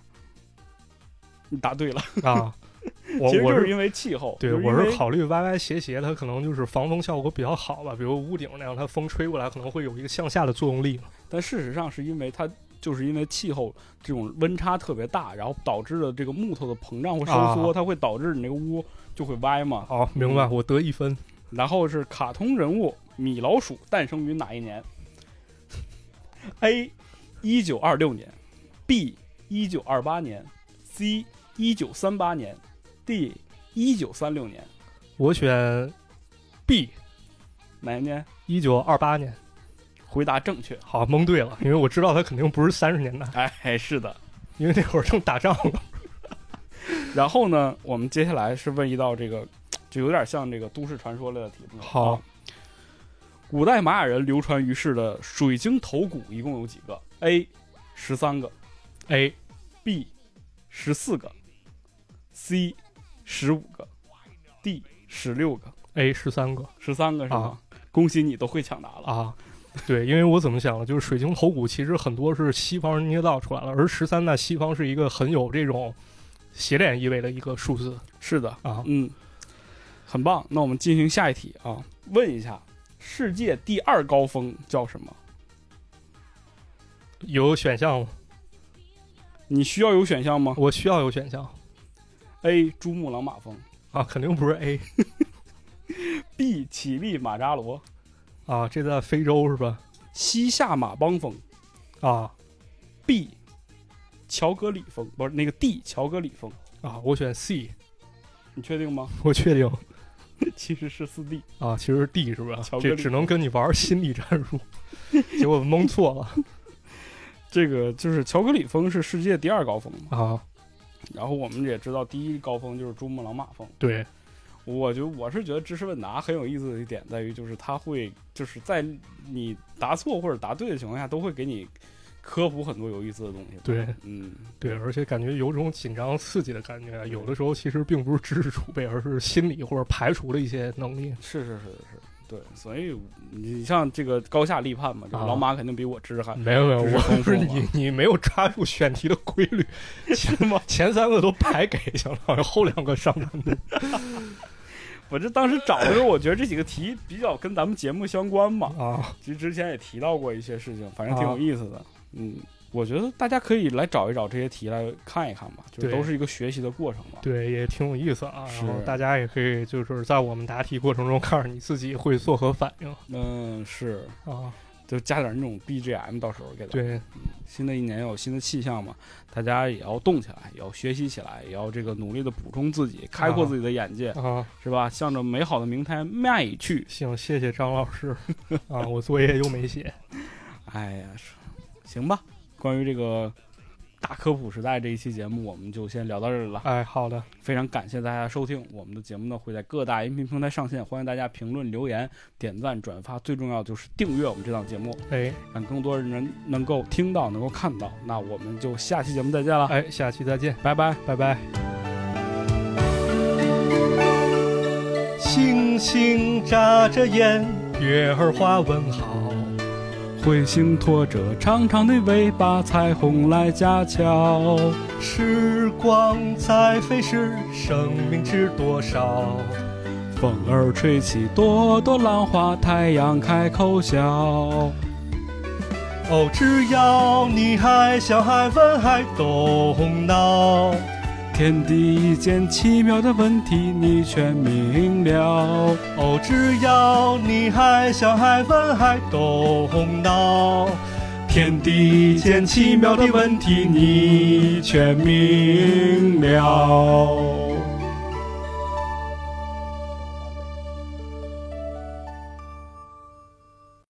你答对了啊。我其实我就是因为气候， 对， 就是我是考虑歪歪斜斜，它可能就是防风效果比较好吧，比如屋顶那样，它风吹过来可能会有一个向下的作用力。 但事实上是因为它就是因为气候这种温差特别大，然后导致了这个木头的膨胀或收缩，啊、它会导致你那个屋就会歪嘛。 好，明白，嗯、我得一分。 然后是卡通人物米老鼠诞生于哪一年 ？A 一九二六年 ，B 一九二八年 ，C 一九三八年 ，D 一九三六年。 我选 B， 哪一年？ 一九二八年。 回答正确。 好，蒙对了，因为我知道他肯定不是三十年代。 哎，是的， 因为那会儿正打仗了。 然后呢，我们接下来是问一道这个，就有点像这个都市传说类的题目。 好， 啊、古代玛雅人流传于世的水晶头骨一共有几个 ？A 十三个 ，A B 十四个 ，C 十五个 ，D 十六个 ，A 十三个， 十三个是吗？ 啊、 恭喜你都会抢答了啊！对，因为我怎么想，就是水晶头骨其实很多是西方人捏造出来了，而十三呢，西方是一个很有这种斜点意味的一个数字。 是的啊， 嗯，很棒。那我们进行下一题啊，问一下，世界第二高峰叫什么？ 有选项吗？ 你需要有选项吗？ 我需要有选项。 A 珠穆朗玛峰啊，肯定不是 A。 B 乞力马扎罗。 啊，这在非洲是吧？ 西夏马邦峰， 啊 ，B， 乔戈里峰，不是那个 D， 乔戈里峰啊，我选 C， 你确定吗？ 我确定， 其实是四 D 啊，其实是 D 是吧？ 乔戈里这只能跟你玩心理战术，结果蒙错了。 这个就是乔戈里峰是世界第二高峰啊， 然后我们也知道第一高峰就是珠穆朗玛峰， 对。 我觉得我是觉得知识问答很有意思的一点在于，就是它会就是在你答错或者答对的情况下，都会给你科普很多有意思的东西。 对， 嗯， 对，而且感觉有种紧张刺激的感觉。有的时候其实并不是知识储备，而是心理或者排除的一些能力。 是是是是，对。所以你像这个高下立判嘛，就是老马肯定比我知识还、啊、 没有没有，我不是你你没有抓住选题的规律，前吗？前三个都白给，相当于后两个上难度。 我这当时找的时候，我觉得这几个题比较跟咱们节目相关嘛。 啊， 其实之前也提到过一些事情，反正挺有意思的。啊、嗯，我觉得大家可以来找一找这些题来看一看吧，就都是一个学习的过程嘛。 对，也挺有意思啊。 是， 然后大家也可以就是在我们答题过程中看着你自己会作何反应。 嗯，是啊。 就加点那种 B G M， 到时候给大家。 对、 嗯，新的一年有新的气象嘛，大家也要动起来，也要学习起来，也要这个努力的补充自己，开阔自己的眼界， 啊， 是吧？向着美好的明天迈去。 行，谢谢张老师啊，我作业又没写。 哎呀，行吧。关于这个大科普时代这一期节目，我们就先聊到这儿了。 哎，好的， 非常感谢大家收听我们的节目呢，会在各大音频平台上线，欢迎大家评论、留言、点赞、转发，最重要就是订阅我们这档节目， 哎， 让更多人能够听到、能够看到。那我们就下期节目再见了， 哎，下期再见， 拜拜， 拜拜。星星眨着眼，月儿画问号。 彗星拖着长长的尾巴，彩虹来架桥。 时光在飞逝，生命知多少？ 风儿吹起朵朵浪花，太阳开口笑。 哦，只要你还想还问还动脑， 天地一件奇妙的问题，你全明了。 哦，只要你还想还问还动脑，天地一件奇妙的问题，你全明了。